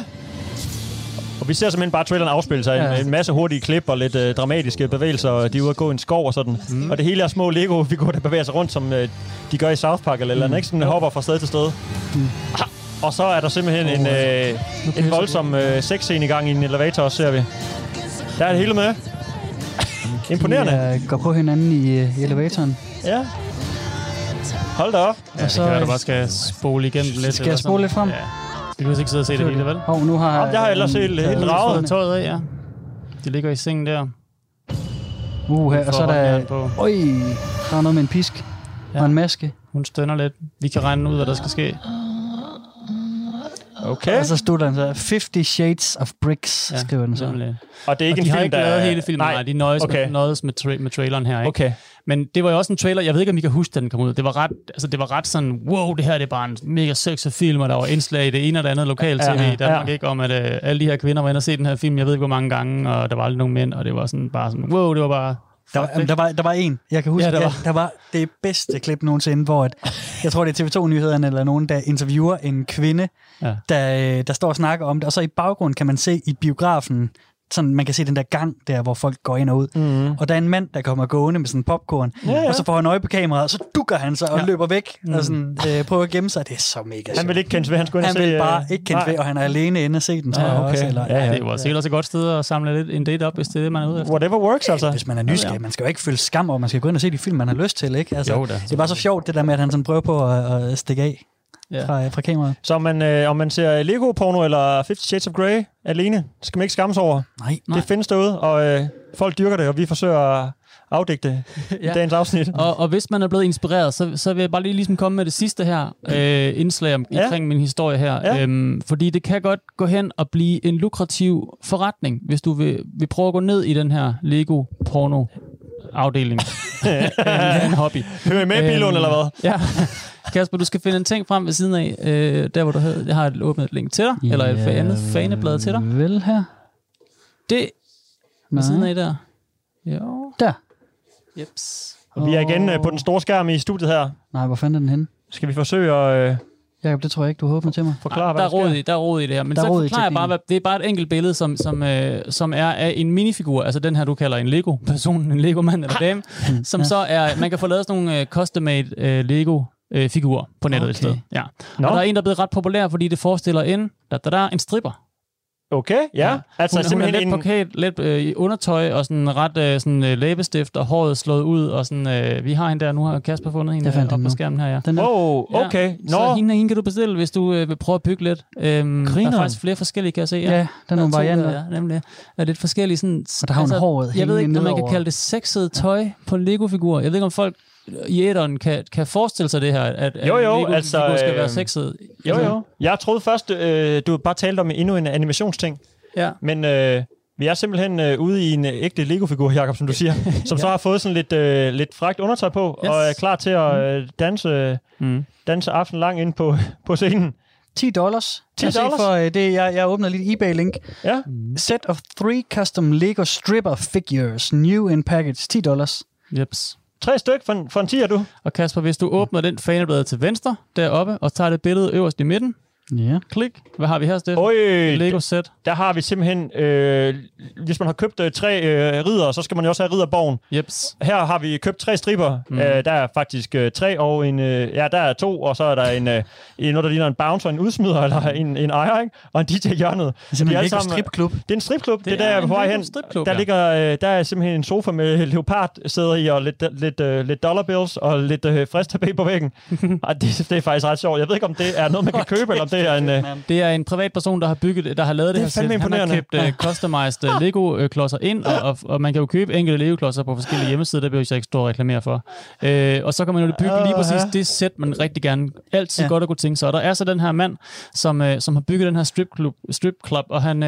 Og vi ser simpelthen bare traileren afspille sig. En masse hurtige klip og lidt dramatiske bevægelser. De er ude at gå i en skov og sådan. Og det hele er små Lego-figurer, der bevæger sig rundt, som de gør i South Park eller andet. Ikke? Sådan hopper fra sted til sted. Og så er der simpelthen en voldsom sexscene i gang i en elevator også, ser vi. Der er det hele med. Imponerende. De går på hinanden i elevatoren. Ja. Hold da op. Ja, det kan være, du bare skal spole igennem lidt. Skal jeg spole lidt frem? Ja. Du kan ikke sidde og se det hele, vel? Nu har jeg har ellers helt ravet. Tøjet af, ja. De ligger i sengen der. Og så er der... Øj, der er noget med en pisk og en maske. Hun stønner lidt. Vi kan regne ud, hvad der skal ske. Okay. Og så stod der så 50 Shades of Bricks, skriver den så. Og det er ikke en film, der... De har ikke lavet hele filmen, nej. De nøjes med traileren her, ikke? Okay. Men det var jo også en trailer, jeg ved ikke, om I kan huske, da den kom ud. Det var ret sådan, wow, det her det er bare en mega sexet film, og der var indslag i det ene og det andet lokal-tv i Danmark, ikke? Om at alle de her kvinder var inde og se den her film, jeg ved ikke, hvor mange gange, og der var aldrig nogen mænd, og det var sådan bare sådan, wow, det var bare... Der var en, jeg kan huske, der var det bedste klip nogensinde, hvor jeg tror, det er TV2-nyhederne eller nogen, der interviewer en kvinde, der står og snakker om det, og så i baggrunden kan man se i biografen, sådan, man kan se den der gang der, hvor folk går ind og ud. Og der er en mand, der kommer gående med sådan en popcorn, og så får han øje på kameraet, og så dukker han sig og løber væk, og sådan, prøver at gemme sig. Det er så mega sjovt. Han vil ikke kendes ved, han vil bare ikke kendes ved, og han er alene inde og se den, tror jeg også. Eller, det var sikkert også et godt sted at samle en date op, hvis det er det, man er ude efter. Whatever works, altså. Hvis man er nysgerrig, man skal jo ikke føle skam over, man skal gå ind og se de film, man har lyst til, ikke? Altså, det er bare så sjovt, det der med, at han sådan prøver på at stikke af. Fra kameraet. Så om man ser Lego-porno eller 50 Shades of Grey alene, skal man ikke skamme sig over. Nej. Det findes derude, og folk dyrker det, og vi forsøger at afdække det i dagens afsnit. Og hvis man er blevet inspireret, så vil jeg bare lige ligesom komme med det sidste her indslag omkring min historie her. Fordi det kan godt gå hen og blive en lukrativ forretning, hvis du vil prøve at gå ned i den her Lego-porno afdeling. En hobby. Hører I med, Bilund, eller hvad? Ja. Kasper, du skal finde en ting frem ved siden af, der hvor jeg har åbnet et link til dig, eller et andet faneblad til dig. Vel her. Det ved siden af der. Jo. Der. Jeps. Og vi er igen på den store skærm i studiet her. Nej, hvor fanden er den henne? Skal vi forsøge at... Jacob, det tror jeg ikke, du har åbnet til mig. Forklare, der er råd i det her. Men så forklarer jeg bare, det er bare et enkelt billede, som er af en minifigur. Altså den her, du kalder en Lego-person, en Lego-mand eller dame. Som så er... Man kan få lavet sådan nogle custom-made Lego-figurer på nettet et sted. Ja. Og der er en, der er blevet ret populær, fordi det forestiller en stripper. Okay, ja. Altså Hun er let plakat, let i undertøj og sådan ret læbestift og håret slået ud og sådan. Vi har hende der, nu har Kasper fundet hende op på skærmen her, ja. Okay. Så hende kan du bestille, hvis du vil prøve at bygge lidt. Der er faktisk flere forskellige, kan jeg se. Ja, der er nogle varianter. Ja, nemlig. Er lidt forskellige sådan... Og der har hun håret. Jeg ved ikke, om man kan kalde det sexet tøj på en Lego-figur. Jeg ved ikke, om folk i æderen kan forestille sig det her, at Lego-figur skal være sexet. Jo. Jeg troede først, du bare talte om endnu en animationsting. Ja. Men vi er simpelthen ude i en ægte Lego-figur, Jakob, som du siger, som så har fået sådan lidt frækt undertøj på, og er klar til at danse aften lang ind på scenen. $10. For det, jeg åbner lidt eBay-link. Ja. Set of 3 custom Lego stripper figures, new in package, $10. Jeps. 3 styk for en 10'er, du. Og Kasper, hvis du åbner den faneblad til venstre deroppe, og tager det billede øverst i midten, klik. Hvad har vi her, Steffen? Lego set. Der har vi simpelthen, hvis man har købt 3 ridder, så skal man jo også have ridderborgen. Jeps. Her har vi købt 3 striber. Der er faktisk 3 og en, der er 2, og så er der noget, der ligner en bouncer, en udsmider, eller en ejer, ikke? Og en DJ hjørnet. Det er en Lego stripklub. Det er en stripklub. Det er der, på vej hen. Der er simpelthen en sofa med leopardsæder i, og lidt dollar bills, og lidt frisk tapet på væggen. Og det er faktisk ret sjovt. Jeg ved ikke, om det er noget, man kan købe, eller om det er det er en privatperson, der har lavet det her sæt. Han har købt customized Lego-klodser ind, og man kan jo købe enkelte Lego-klodser på forskellige hjemmesider, der bliver jeg ikke stå og reklamere for. Og så kan man jo bygge lige præcis det sæt, man rigtig gerne altid godt at kunne tænke sig. Og der er så den her mand, som har bygget den her stripclub, og han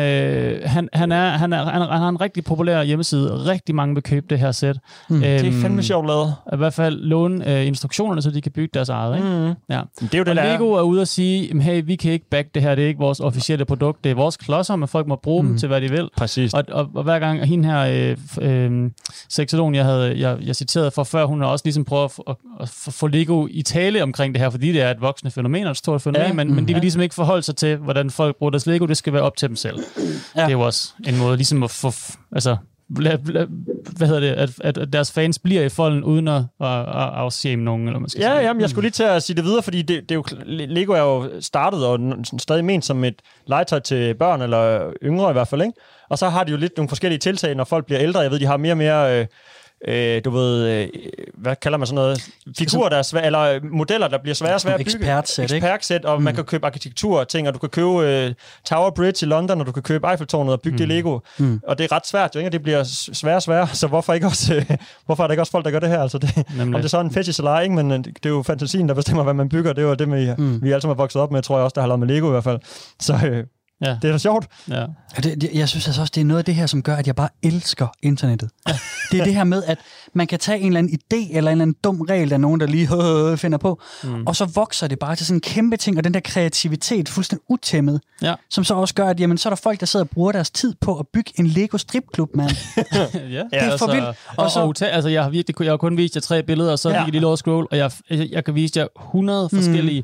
har en rigtig populær hjemmeside. Rigtig mange vil købe det her sæt. Det er fandme sjovt lavet. I hvert fald låne instruktionerne, så de kan bygge deres eget. Ikke? Ja. Det er jo det, og Lego er ude at sige, hey, vi kan ikke back det her, det er ikke vores officielle produkt, det er vores klodser, men folk må bruge dem til, hvad de vil. Præcis. Og hver gang hende her sexolog, jeg citerede for før, hun har også ligesom prøvet at få Lego i tale omkring det her, fordi det er et voksende fænomen, og et stort fænomen, men de vil ligesom ikke forholde sig til, hvordan folk bruger deres Lego, det skal være op til dem selv. Det er jo også en måde ligesom at få, altså, at deres fans bliver i folden uden at afshame nogen, eller man skal sige. Jamen, jeg skulle lige til at sige det videre, fordi det er jo, Lego er jo startet og stadig ment som et legetøj til børn, eller yngre i hvert fald, ikke? Og så har de jo lidt nogle forskellige tiltag, når folk bliver ældre. Jeg ved, de har mere du ved, hvad kalder man sådan noget? Figurer, der er svære, eller modeller, der bliver svære at bygge. Ekspertsæt, og man kan købe arkitekturting, og du kan købe Tower Bridge i London, og du kan købe Eiffeltårnet og bygge det Lego. Og det er ret svært, jo ikke? Det bliver sværere og sværere, så hvorfor er der ikke også folk, der gør det her? Altså om det er sådan en fetish eller ej, ikke? Men det er jo fantasien, der bestemmer, hvad man bygger. Det er jo det, vi alle sammen har vokset op med, tror jeg også, der har lavet med Lego i hvert fald. Så det er da sjovt. Ja. Jeg synes altså også, det er noget af det her, som gør, at jeg bare elsker internettet. Det er det her med, at man kan tage en eller anden idé, eller en eller anden dum regel, der er nogen, der lige finder på, og så vokser det bare til sådan en kæmpe ting, og den der kreativitet, fuldstændig utæmmet, som så også gør, at jamen, så er der folk, der sidder og bruger deres tid på at bygge en Lego stripklub, mand. Det er for vildt. Jeg har kun vist jer 3 billeder, og så fik jeg lige lov at scroll, og jeg kan vise jer 100 forskellige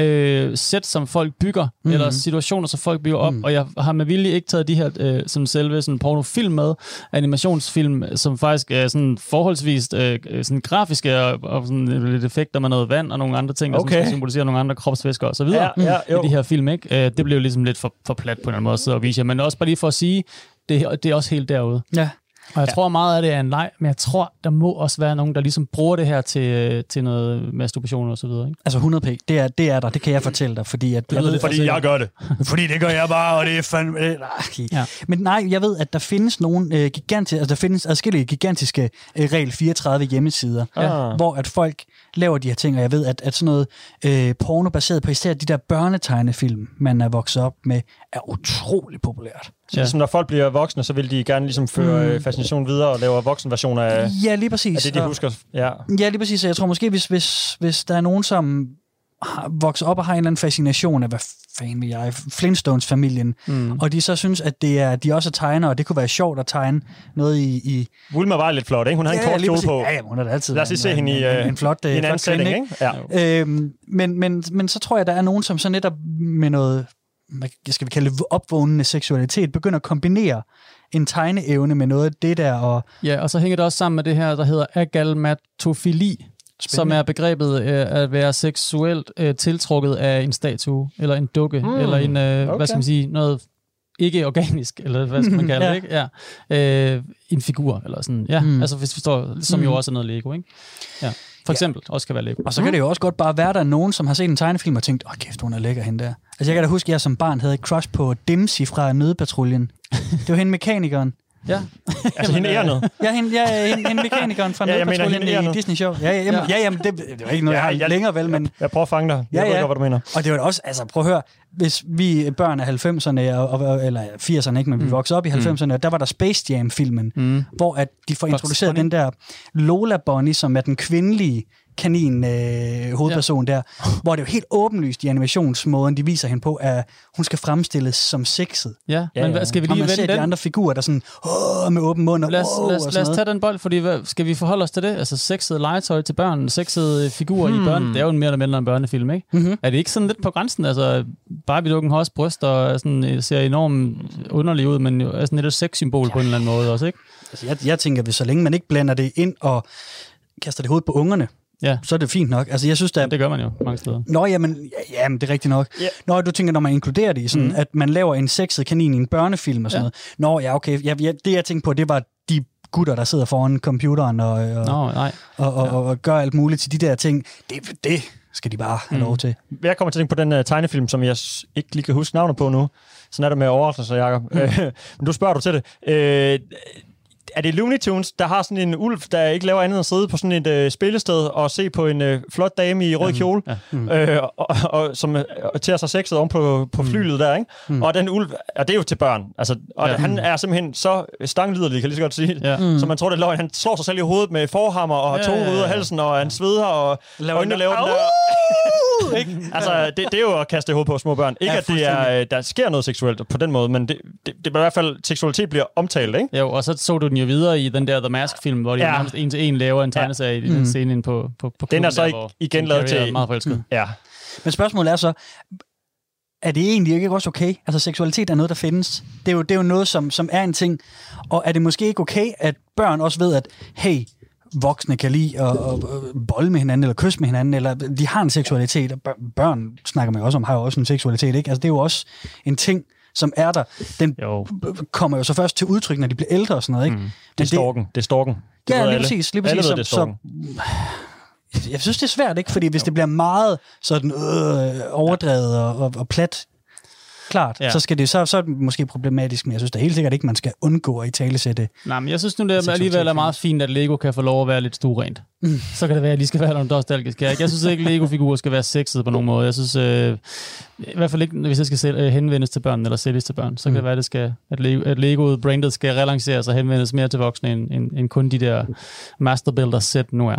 sæt, som folk bygger, eller situationer, som folk bygger op, og jeg har med vilje ikke taget de her sådan selve sådan pornofilm med, animationsfilm, som faktisk er sådan forholdsvis sådan grafiske og sådan lidt effekter med noget vand og nogle andre ting, som skal symbolisere nogle andre kropsvæsker og så videre i de her film, ikke? Det blev ligesom lidt for plat på en eller anden måde at sidde og vise jer, men også bare lige for at sige, det er også helt derude. Ja. Og jeg tror meget af det er en leg, men jeg tror, der må også være nogen, der ligesom bruger det her til noget masturbation og så videre. Ikke? Altså 100p, det er der, det kan jeg fortælle dig, fordi at... jeg gør det. Fordi det gør jeg bare, og det er fandme... Ja. Men nej, jeg ved, at der findes nogle der findes adskillige gigantiske regel 34 hjemmesider, hvor at folk laver de her ting, og jeg ved, at sådan noget porno baseret på især de der børnetegnefilm, man er vokset op med, er utrolig populært. Så ligesom når folk bliver voksne, så vil de gerne ligesom føre fascinationen videre og lave voksenversioner af, lige præcis. Af det, de husker. Ja, lige præcis. Så jeg tror måske, hvis der er nogen, som vokser op og har en eller anden fascination af, hvad fanden vil jeg, Flintstones-familien, og de så synes, at de også er tegner, og det kunne være sjovt at tegne noget i... Vulma var lidt flot, ikke? Hun har en kort kjole på. Ja, hun har da altid lad os lige se hende i en flot anden setting, ikke? Ja. Men så tror jeg, der er nogen, som så netop med noget, skal vi kalde det opvågnende seksualitet, begynder at kombinere en tegneevne med noget af det der. Og så hænger det også sammen med det her, der hedder agalmatofili, som er begrebet at være seksuelt tiltrukket af en statue, eller en dukke, eller en, hvad skal man sige, noget ikke organisk, eller hvad skal man kalde det, ikke? Ja. En figur, eller sådan. Ja, altså hvis vi står, som jo også er noget Lego, ikke? Ja. For eksempel, også kan være Lego. Og så kan det jo også godt bare være, der er nogen, som har set en tegnefilm og tænkt, kæft, hun er lækker hende der. Altså jeg kan da huske, at jeg som barn havde et crush på Dimsy fra Nødpatruljen. Det var hende mekanikeren. Ja. Altså hende ærnet. Ja, hende mekanikeren fra Nødpatruljen i Disney Show. Jamen, det var ikke noget, jeg har længere vel, men... Jeg prøver at fange dig. Jeg ved godt, hvad du mener. Og det var også, altså prøv at høre, hvis vi børn af 90'erne, eller 80'erne, ikke, men vi voksede op i 90'erne, der var der Space Jam-filmen, hvor at de får introduceret den der Lola Bunny, som er den kvindelige kanin hovedperson der, hvor det er jo helt åbenlyst i animationsmåden, de viser hende på, at hun skal fremstilles som sexet. Ja, men skal vi lige vende den? de andre figurer, der sådan, med åben mund og lad os tage den bold, fordi skal vi forholde os til det? Altså sexet legetøj til børn, sexet figurer i børn, det er jo mere eller mindre en børnefilm, ikke? Er det ikke sådan lidt på grænsen? Altså, Barbie-dukken har også bryst og sådan, ser enormt underlig ud, men er sådan lidt sexsymbol på en eller anden måde også, ikke? Altså, jeg tænker, hvis så længe man ikke blander det ind og kaster det hoved på ungerne, så er det fint nok. Altså, jeg synes, det gør man jo mange steder. Nå, jamen, det er rigtigt nok. Yeah. Nå, du tænker, når man inkluderer det i sådan, at man laver en sexet kanin i en børnefilm og sådan noget. Nå, ja, okay. Det, jeg tænkte på, det var de gutter, der sidder foran computeren og gør alt muligt til de der ting. Det skal de bare have lov til. Jeg kommer til at tænke på den tegnefilm, som jeg ikke lige kan huske navnet på nu. Sådan er det med overraskelser, Jacob. Men du spørger du til det. Er det Looney Tunes, der har sådan en ulv, der ikke laver andet end at sidde på sådan et spillested og se på en flot dame i rød kjole, og som tager sig sexet oven på flyet der, ikke? Og den ulv, og det er jo til børn. Altså, og han er simpelthen så stangliderlig, kan jeg lige så godt sige. Så man tror, det er løgn. Han slår sig selv i hovedet med forhammer og har tunge ud af halsen, og han sveder, og øjnene laver den der... Altså, det er jo at kaste hovedet på små børn. Ikke, at det er, der sker noget seksuelt på den måde, men det i hvert fald, seksualitet bliver omtalt, ikke? Jo, og så du den jo videre i den der The Mask-film, hvor de nærmest en til en laver en tegneserie i den scene inde på den er så der, igen lavet til... meget forelsket. Ja. Men spørgsmålet er så, er det egentlig ikke også okay? Altså, seksualitet er noget, der findes. Det er jo noget, som er en ting. Og er det måske ikke okay, at børn også ved, at hey, voksne kan lide at bolle med hinanden, eller kysse med hinanden, eller de har en seksualitet, og børn, snakker man også om, har jo også en seksualitet, ikke? Altså, det er jo også en ting, som er der. Den kommer jo så først til udtryk, når de bliver ældre og sådan noget, ikke? Det er stalken. Ja, lige præcis. Alle ved, det er stalken. Jeg synes, det er svært, ikke? Fordi hvis det bliver meget sådan overdrevet og plat, klart, så skal det så er det måske problematisk, men jeg synes da helt sikkert ikke, man skal undgå at italesætte. Nej, men jeg synes nu, det alligevel er meget fint, at Lego kan få lov at være lidt stuerent. Så kan det være, at de skal være noget nostalgisk. Jeg synes ikke, Lego-figurer skal være sexede på nogen måde. Jeg synes i hvert fald ikke, hvis jeg skal henvendes til børn eller sælges til børn, så kan det være, at Lego-brandet skal relanceres og henvendes mere til voksne, end kun de der Master Builders sæt nu er.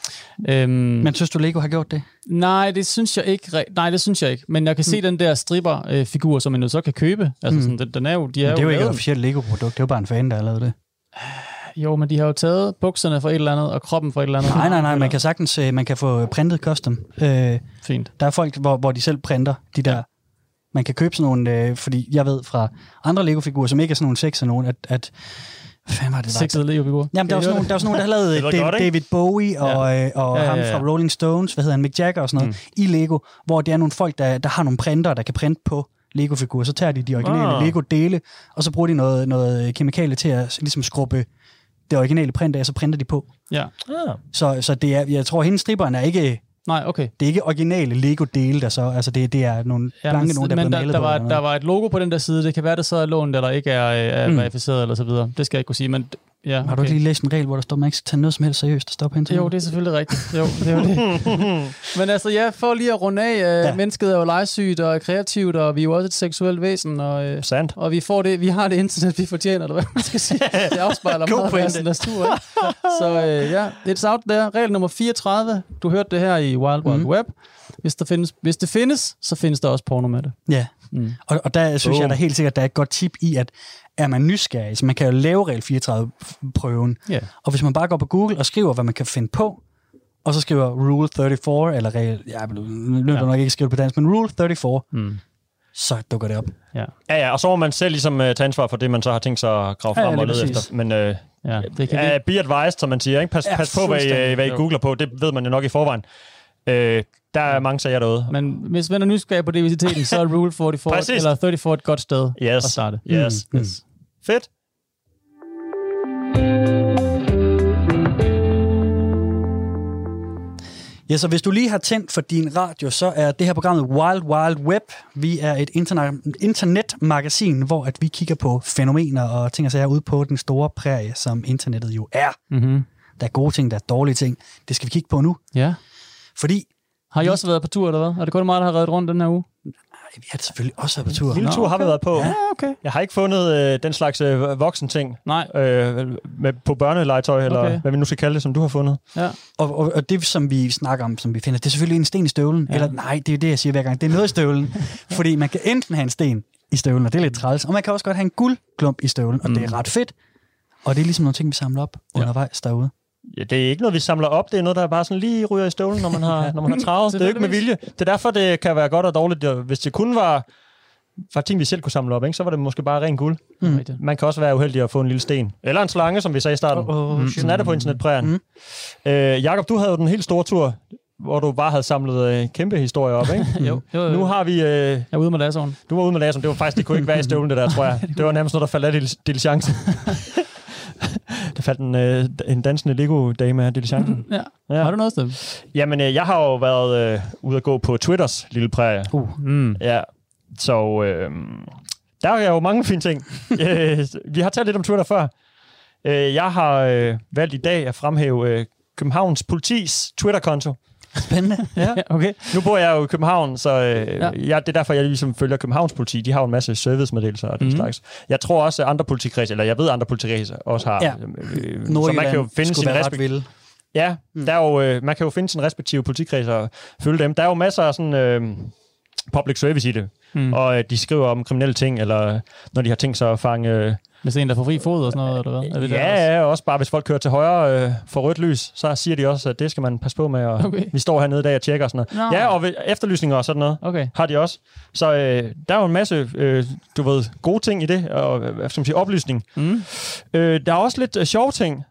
Men synes du, Lego har gjort det? Nej, det synes jeg ikke. Men jeg kan se den der stripper-figur, som man jo så kan købe. Altså sådan, den er jo... Det er jo ikke et officielt Lego-produkt. Det er jo bare en fan, der har lavet det. Jo, men de har jo taget bukserne for et eller andet, og kroppen for et eller andet. Nej. Man kan sagtens få printet custom. Fint. Der er folk, hvor de selv printer de der... Man kan købe sådan nogle... fordi jeg ved fra andre Lego-figurer, som ikke er sådan nogle sexede nogen, at hvad fanden var det? Sexede Lego-figurer. Jamen, der var sådan nogen, der har lavet David Bowie og ham fra Rolling Stones, hvad hedder han, Mick Jagger og sådan noget, i Lego, hvor det er nogle folk, der har nogle printer, der kan printe på Lego-figurer. Så tager de originale Lego-dele, og så bruger de noget kemikalie til at ligesom skrubbe det originale print af, og så printer de på. Ja. Så det er, jeg tror, hendes stripperen er ikke... Nej, okay. Det er ikke originale Lego-dele, der så... Altså, det er nogle blanke nogen, der er blevet malet på. Der var et logo på den der side. Det kan være, det så er lånt, eller ikke er verificeret, eller så videre. Det skal jeg ikke kunne sige, men... Ja, okay. Har du ikke lige læst en regel, hvor der står, at man ikke skal tage noget som helst seriøst og stoppe hen til? Jo, det er selvfølgelig rigtigt. Jo, det er det. Men altså, for lige at runde af, mennesket er jo legesygt og kreativt, og vi er jo også et seksuelt væsen, og vi får det, vi har det internet, vi fortjener, eller hvad man skal sige. Det afspejler meget af natur, ikke? Så it's out there. Regel nummer 34. Du hørte det her i Wild Wild Web. Hvis det findes, så findes der også porno med det. Ja, og der synes jeg, der helt sikkert, der er et godt tip i, at er man nysgerrig, så man kan jo lave regel 34-prøven. Yeah. Og hvis man bare går på Google og skriver, hvad man kan finde på, og så skriver Rule 34, eller regel, jeg løber nok ikke skrive på dansk, men Rule 34, så dukker det op. Ja, og så må man selv ligesom tage ansvar for det, man så har tænkt sig at grave frem og lede efter. Men det kan be advised, som man siger. Ikke? Pas på, hvad I googler på. Det ved man jo nok i forvejen. Der er mange sager derude. Men hvis man er nysgerrig på diversiteten, så er Rule 44 eller 34 et godt sted at starte. Yes. Fedt. Ja, så hvis du lige har tændt for din radio, så er det her programmet Wild Wild Web. Vi er et internetmagasin, hvor at vi kigger på fænomener og ting og sager ude på den store prærie, som internettet jo er. Mm-hmm. Der er gode ting, der er dårlige ting. Det skal vi kigge på nu. Ja. Fordi... Har I også været på tur, eller hvad? Er det kun mig, der har reddet rundt den her uge? Vi har selvfølgelig også været på tur. Lille tur har vi været på. Ja, okay. Jeg har ikke fundet den slags voksen ting. Nej. På børnelegetøj, eller hvad vi nu skal kalde det, som du har fundet. Ja. Og det, som vi snakker om, som vi finder, det er selvfølgelig en sten i støvlen. Ja. Eller nej, det er jo det, jeg siger hver gang. Det er noget i støvlen. Fordi man kan enten have en sten i støvlen, og det er lidt træls. Og man kan også godt have en guldklump i støvlen, og det er ret fedt. Og det er ligesom nogle ting, vi samler op undervejs derude. Ja, det er ikke noget, vi samler op. Det er noget, der bare sådan lige ryger i støvlen, når man har, når man har travet. Det er jo ikke med vilje. Det er derfor, det kan være godt og dårligt. Hvis det kun var ting, vi selv kunne samle op, ikke, så var det måske bare ren guld. Man kan også være uheldig at få en lille sten. Eller en slange, som vi sagde i starten. Sådan er det på internetprægen. Jakob, du havde jo den helt store tur, hvor du bare havde samlet kæmpe historier op, ikke? Jo. Nu har vi... Jeg er ude med laseren. Du var ude med laseren. Det var faktisk, det kunne ikke være i støvlen, det der, tror jeg. Det var nærmest noget, der faldt af diligencen. Der faldt en dansende Lego-dame af diligencen. Ja. Har du noget sted? Jamen, jeg har jo været ude at gå på Twitters lille prærie. Ja, så der er jo mange fine ting. Vi har talt lidt om Twitter før. Jeg har valgt i dag at fremhæve Københavns Politis Twitter-konto. Spændende. Ja, okay. Nu bor jeg jo i København, så det er derfor, jeg ligesom følger Københavns Politi. De har jo en masse servicemeddelelser og den slags. Jeg tror også, at andre politikredse, eller jeg ved, at andre politikredse også har. Ja. Så man kan jo finde sin respektive. Ja, der er jo, man kan jo finde sin respektive politikreds og følge dem. Der er jo masser af sådan public service i det. Og de skriver om kriminelle ting, eller når de har tænkt sig at fange... Hvis en, der får fri fod og sådan noget, eller hvad? Er det ja, også bare hvis folk kører til højre for rødt lys, så siger de også, at det skal man passe på med, og vi står hernede i dag og tjekker og sådan noget. Ja, og efterlysninger og sådan noget har de også. Så der er jo en masse, gode ting i det, og som siger, oplysning. Der er også lidt sjove ting.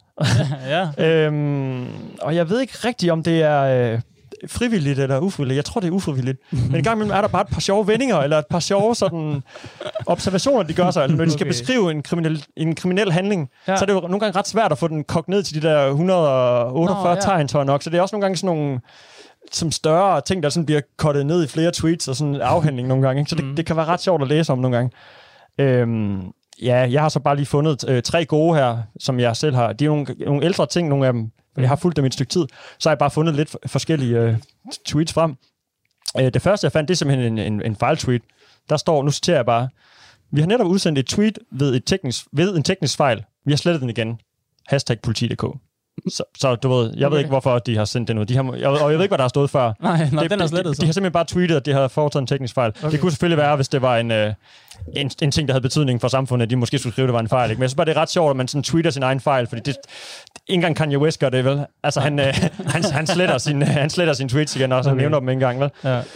Og jeg ved ikke rigtigt, om det er... frivilligt eller ufrivilligt. Jeg tror, det er ufrivilligt. Men en gang imellem er der bare et par sjove vendinger, eller et par sjove sådan, observationer, de gør sig. Altså, når de skal beskrive en kriminel handling, så er det jo nogle gange ret svært at få den kogt ned til de der 148 tegn, tror jeg nok. Så det er også nogle gange sådan nogle som større ting, der sådan bliver kottet ned i flere tweets og sådan en afhandling nogle gange. Ikke? Så det kan være ret sjovt at læse om nogle gange. Jeg har så bare lige fundet 3 gode her, som jeg selv har. De er nogle ældre ting, nogle af dem. Jeg har fulgt dem i et stykke tid, så har jeg bare fundet lidt forskellige tweets frem. Det første, jeg fandt, det er simpelthen en fejltweet. Der står, nu citerer jeg bare, vi har netop udsendt et tweet ved en teknisk fejl. Vi har slettet den igen. #politi.dk. Så du ved, jeg ved ikke, hvorfor de har sendt den ud. Og jeg ved ikke, hvad der har stået før. Nej, den er slettet. De har simpelthen bare tweetet, at de havde foretaget en teknisk fejl. Okay. Det kunne selvfølgelig være, hvis det var en ting, der havde betydning for samfundet, at de måske skulle skrive, at det var en fejl. Ikke? Men jeg synes bare, det er ret sjovt, at man sådan tweeter sin egen fejl, fordi det ikke engang Kanye West gør det, vel? Altså, han sletter sin tweets igen også, og nævner dem ikke engang, vel?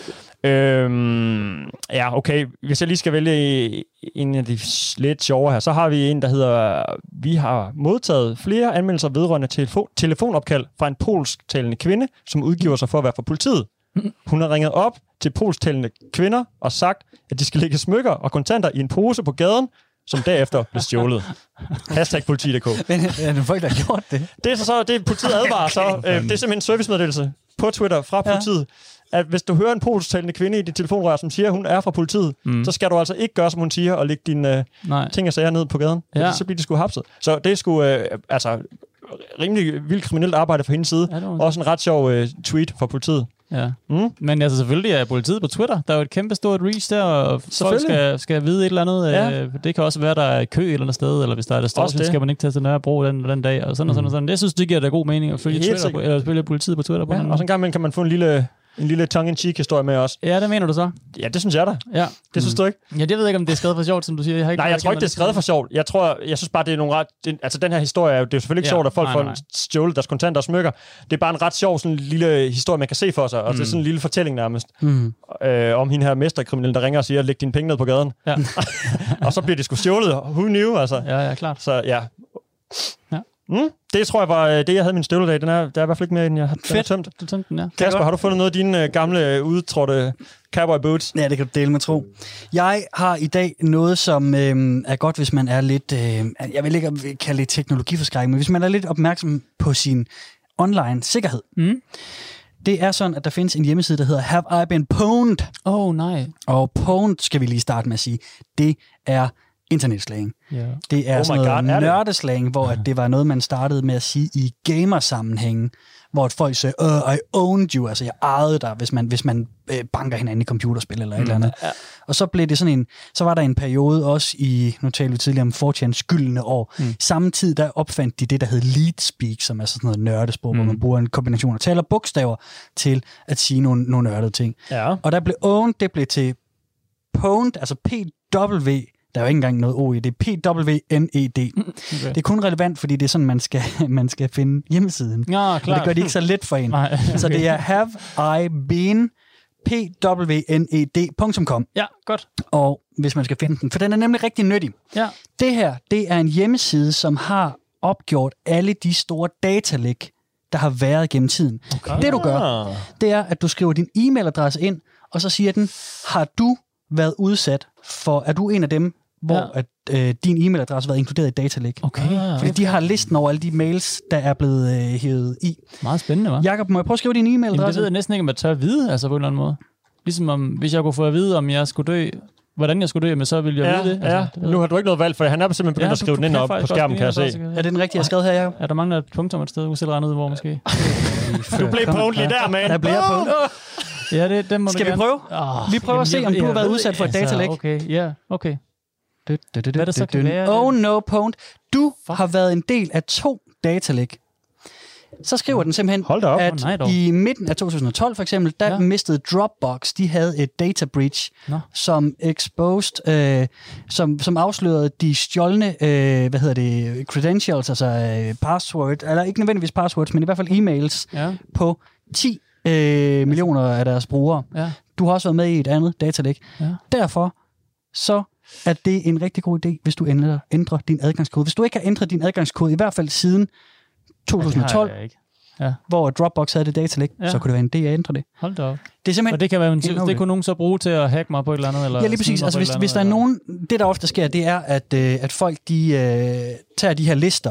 Ja. Okay. Hvis jeg lige skal vælge en af de lidt sjove her, så har vi en, der hedder, vi har modtaget flere anmeldelser vedrørende telefonopkald fra en polsktalende kvinde, som udgiver sig for at være fra politiet. Hun har ringet op til polsktalende kvinder og sagt, at de skal lægge smykker og kontanter i en pose på gaden, som derefter blev stjålet. #politi.dk. Men er det folk, der har gjort det? Det er så det politiet advarer så. Det er simpelthen en servicemeddelelse på Twitter fra politiet, at hvis du hører en polsktalende kvinde i dit telefonrør, som siger, at hun er fra politiet, så skal du altså ikke gøre, som hun siger, og lægge dine ting og sager ned på gaden. Så bliver de sgu hapset. Så det er sgu rimelig vildt kriminelt arbejde fra hendes side. Også en ret sjov tweet fra politiet. Ja. Men altså selvfølgelig er politiet på Twitter. Der er jo et kæmpe stort reach der, og folk skal vide et eller andet. Ja. Det kan også være, der er kø et eller andet sted, eller hvis der er der står, så skal man ikke tage til Nørrebro den dag, og sådan og sådan og sådan. Jeg synes, det giver da god mening at følge Twitter, eller følge politiet på Twitter. Ja, og så en gang kan man få en lille tongue-in-cheek-historie med os. Ja, det mener du så? Ja, det synes jeg da. Ja. Det synes du ikke? Ja, det ved jeg ikke, om det er skrevet for sjovt, som du siger. Jeg tror ikke, det er skrevet for sjovt. Jeg synes bare, det er nogle ret... altså, den her historie, det er jo selvfølgelig ikke sjovt, at folk får stjålet deres kontanter og smykker. Det er bare en ret sjov sådan en lille historie, man kan se for sig. Og det er sådan en lille fortælling nærmest. Om hende her mesterkriminelle, der ringer og siger, læg dine penge ned på gaden. Ja. Og så bliver det sgu stjålet. Who knew, altså. Ja, klart. Så ja. Det tror jeg var det, jeg havde min støvledag. Der er i hvert fald ikke mere, end jeg har tømt. Du tømte den, ja. Kasper, har du fundet noget af dine gamle udtrådte cowboy boots? Ja, det kan du dele med tro. Jeg har i dag noget, som er godt, hvis man er lidt... jeg vil ikke kalde det teknologiforskrækket, men hvis man er lidt opmærksom på sin online sikkerhed. Det er sådan, at der findes en hjemmeside, der hedder Have I Been Pwned? Nej. Og pwned, skal vi lige starte med at sige, det er internetslang. Yeah. Det er sådan noget nørdeslang, hvor at det var noget, man startede med at sige i gamersammenhænge, hvor folk sagde, I owned you, altså jeg ejede dig, hvis man banker hinanden i computerspil eller et eller andet. Ja. Og så blev det sådan så var der en periode også i, nu talte vi tidligere om 4chan's gyldne år, samtidig der opfandt de det, der hed lead-speak, som er sådan noget nørdesprog, hvor man bruger en kombination af tal og bogstaver til at sige nogle nørdede ting. Ja. Og der blev owned, det blev til pwned, altså PW. Der er jo ikke engang noget O i det. PWNED. Okay. Det er kun relevant, fordi det er sådan, man skal finde hjemmesiden. Ja, klart. Og det gør det ikke så let for en. Nej, okay. Så det er have I been pwned.com. Ja, godt. Og hvis man skal finde den, for den er nemlig rigtig nyttig. Ja. Det her, det er en hjemmeside, som har opgjort alle de store datalæk, der har været gennem tiden. Okay. Det du gør, det er, at du skriver din e-mailadresse ind, og så siger den, har du været udsat for, er du en af dem, hvor at, din e-mailadresse har været inkluderet i datalæk? Okay. Fordi de har listen over alle de mails, der er blevet hævet i. Meget spændende, hva'? Jakob, må jeg prøve at skrive din e-mailadresse? Jamen, det ved jeg næsten ikke, om jeg tør at vide, altså på en eller anden måde. Ligesom om, hvis jeg kunne få at vide, om jeg skulle dø, hvordan jeg skulle dø, men så ville jeg vide det. Altså, nu har du ikke noget valg, for han er simpelthen begyndt at skrive den ind op på skærmen, kan jeg se. Er det den rigtige, jeg har skrevet her, Jacob? Er der mangler et punktum et sted, du selv regnet ud, hvor måske? Du blev pwned lige der, man. Der blev jeg pwned. Ja, det må skal vi prøve? Vi prøver at se, om du har været udsat for et datalæk. Okay, ja, okay. Hvad det så kan være? Oh no, pwned. Du har været en del af 2 datalæk. Så skriver den simpelthen, at i midten af 2012 for eksempel, der mistede Dropbox, de havde et data breach, som exposed, som afslørede de stjålne, credentials, altså password, eller ikke nødvendigvis passwords, men i hvert fald e-mails på 10 millioner af deres brugere. Ja. Du har også været med i et andet datalæk. Ja. Derfor så er det en rigtig god idé, hvis du ændrer din adgangskode. Hvis du ikke har ændret din adgangskode, i hvert fald siden 2012, hvor Dropbox havde det datalæk, så kunne det være en idé at ændre det. Hold da op. Det er simpelthen og det kan være det kunne nogen så bruge til at hacke mig på et eller andet? Eller ja, lige præcis. Altså hvis der er nogen... Det, der ofte sker, det er, at folk de tager de her lister,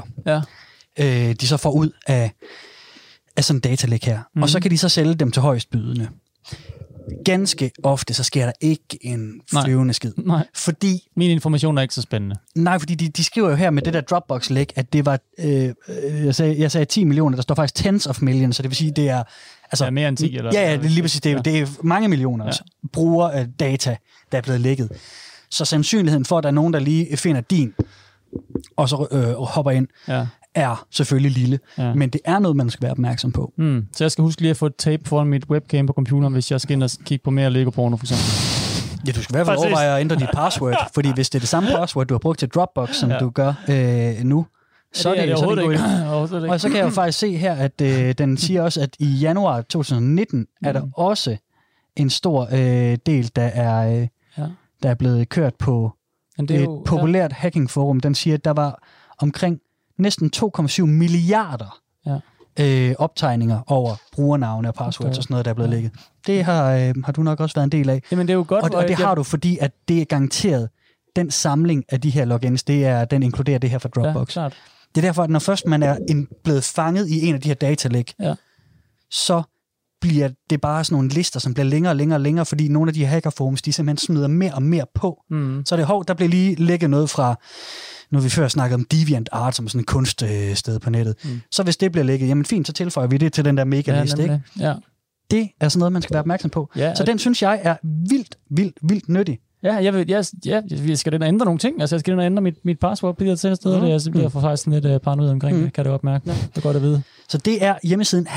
de så får ud af sådan en datalæk her, og så kan de så sælge dem til højstbydende. Ganske ofte, så sker der ikke en flyvende skid. Nej. Fordi... Min information er ikke så spændende. Nej, fordi de skriver jo her med det der Dropbox-læk, at det var... jeg sagde 10 millioner, der står faktisk tens of millions, så det vil sige, det er... Altså, mere end 10, eller? Ja, det er lige præcis. Det er mange millioner bruger data, der er blevet lækket. Så sandsynligheden for, at der er nogen, der lige finder din, og så hopper ind, er selvfølgelig lille, men det er noget, man skal være opmærksom på. Så jeg skal huske lige at få et tape foran mit webcam på computeren, hvis jeg skal ind og kigge på mere Lego-porno, for eksempel. Ja, du skal i hvert fald overveje at ændre dit password, fordi hvis det er det samme password, du har brugt til Dropbox, som du gør nu, så er det overhovedet ikke. Og så kan jeg jo faktisk se her, at den siger også, at i januar 2019 er der også en stor del, der er blevet kørt på et populært hackingforum. Den siger, at der var omkring næsten 2,7 milliarder optegninger over brugernavne og passwords og sådan noget, der er blevet lækket. Det har du nok også været en del af. Jamen, det er jo godt, og det har du, fordi at det er garanteret den samling af de her logins, den inkluderer det her fra Dropbox. Ja, det er derfor, at når først man er blevet fanget i en af de her datalæk, så bliver det bare sådan nogle lister, som bliver længere og længere og længere, fordi nogle af de her hackerforums, de simpelthen smider mere og mere på. Så det der bliver lige lækket noget fra, nu vi før snakkede om DeviantArt, som sådan et kunststed på nettet. Så hvis det bliver lækket, jamen fint, så tilføjer vi det til den der mega-liste, ikke? Ja. Det er sådan noget, man skal være opmærksom på. Ja, så den synes jeg er vildt nyttig. Ja, jeg skal den ændre nogle ting. Altså, jeg skal den ændre mit password på de her steder. Jeg bliver faktisk sådan lidt paranoid omkring det, kan det opmærke. Det er godt at vide. Så det er hjemmesiden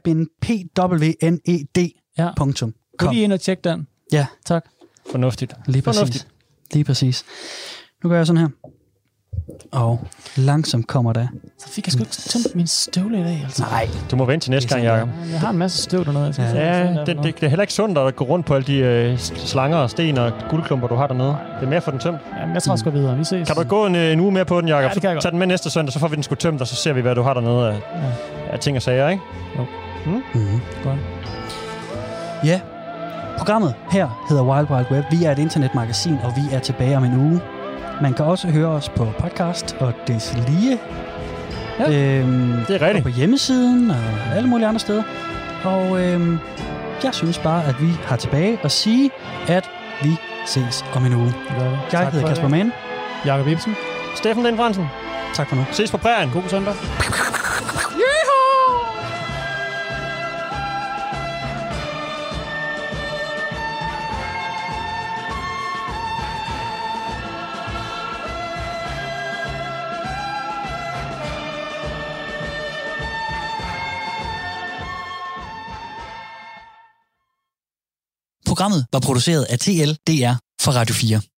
haveibeenpwned.com. Gå lige ind og tjek den. Ja. Tak. Fornuftigt. Lige præcis. Nu gør jeg sådan her. Og langsomt kommer der. Så fik jeg sgu ikke tømt min støvle i dag, altså. Nej. Du må vente til næste gang, Jacob. Jeg har en masse støv dernede. Det er heller ikke sundt at gå rundt på alle de slanger og sten og guldklumper, du har dernede. Det er mere for den tømt. Jamen, jeg tror sgu videre. Vi ses. Kan du gå en uge mere på den, Jacob? Ja, det kan jeg godt. Tag den med næste søndag, så får vi den sgu tømt, og så ser vi, hvad du har dernede af ting og sager, ikke? Jo. Godt. Ja, programmet her hedder Wild Wild Web. Vi er et internetmagasin, og vi er tilbage om en uge. Man kan også høre os på podcast og deslige. Ja, det er rigtigt. Og på hjemmesiden og alle mulige andre steder. Og jeg synes bare, at vi har tilbage at sige, at vi ses om en uge. Jeg hedder Kasper Mann. Jacob Ibsen. Steffen Den Fransen. Tak for nu. Ses på prærien. God søndag. Programmet var produceret af TLDR for Radio 4.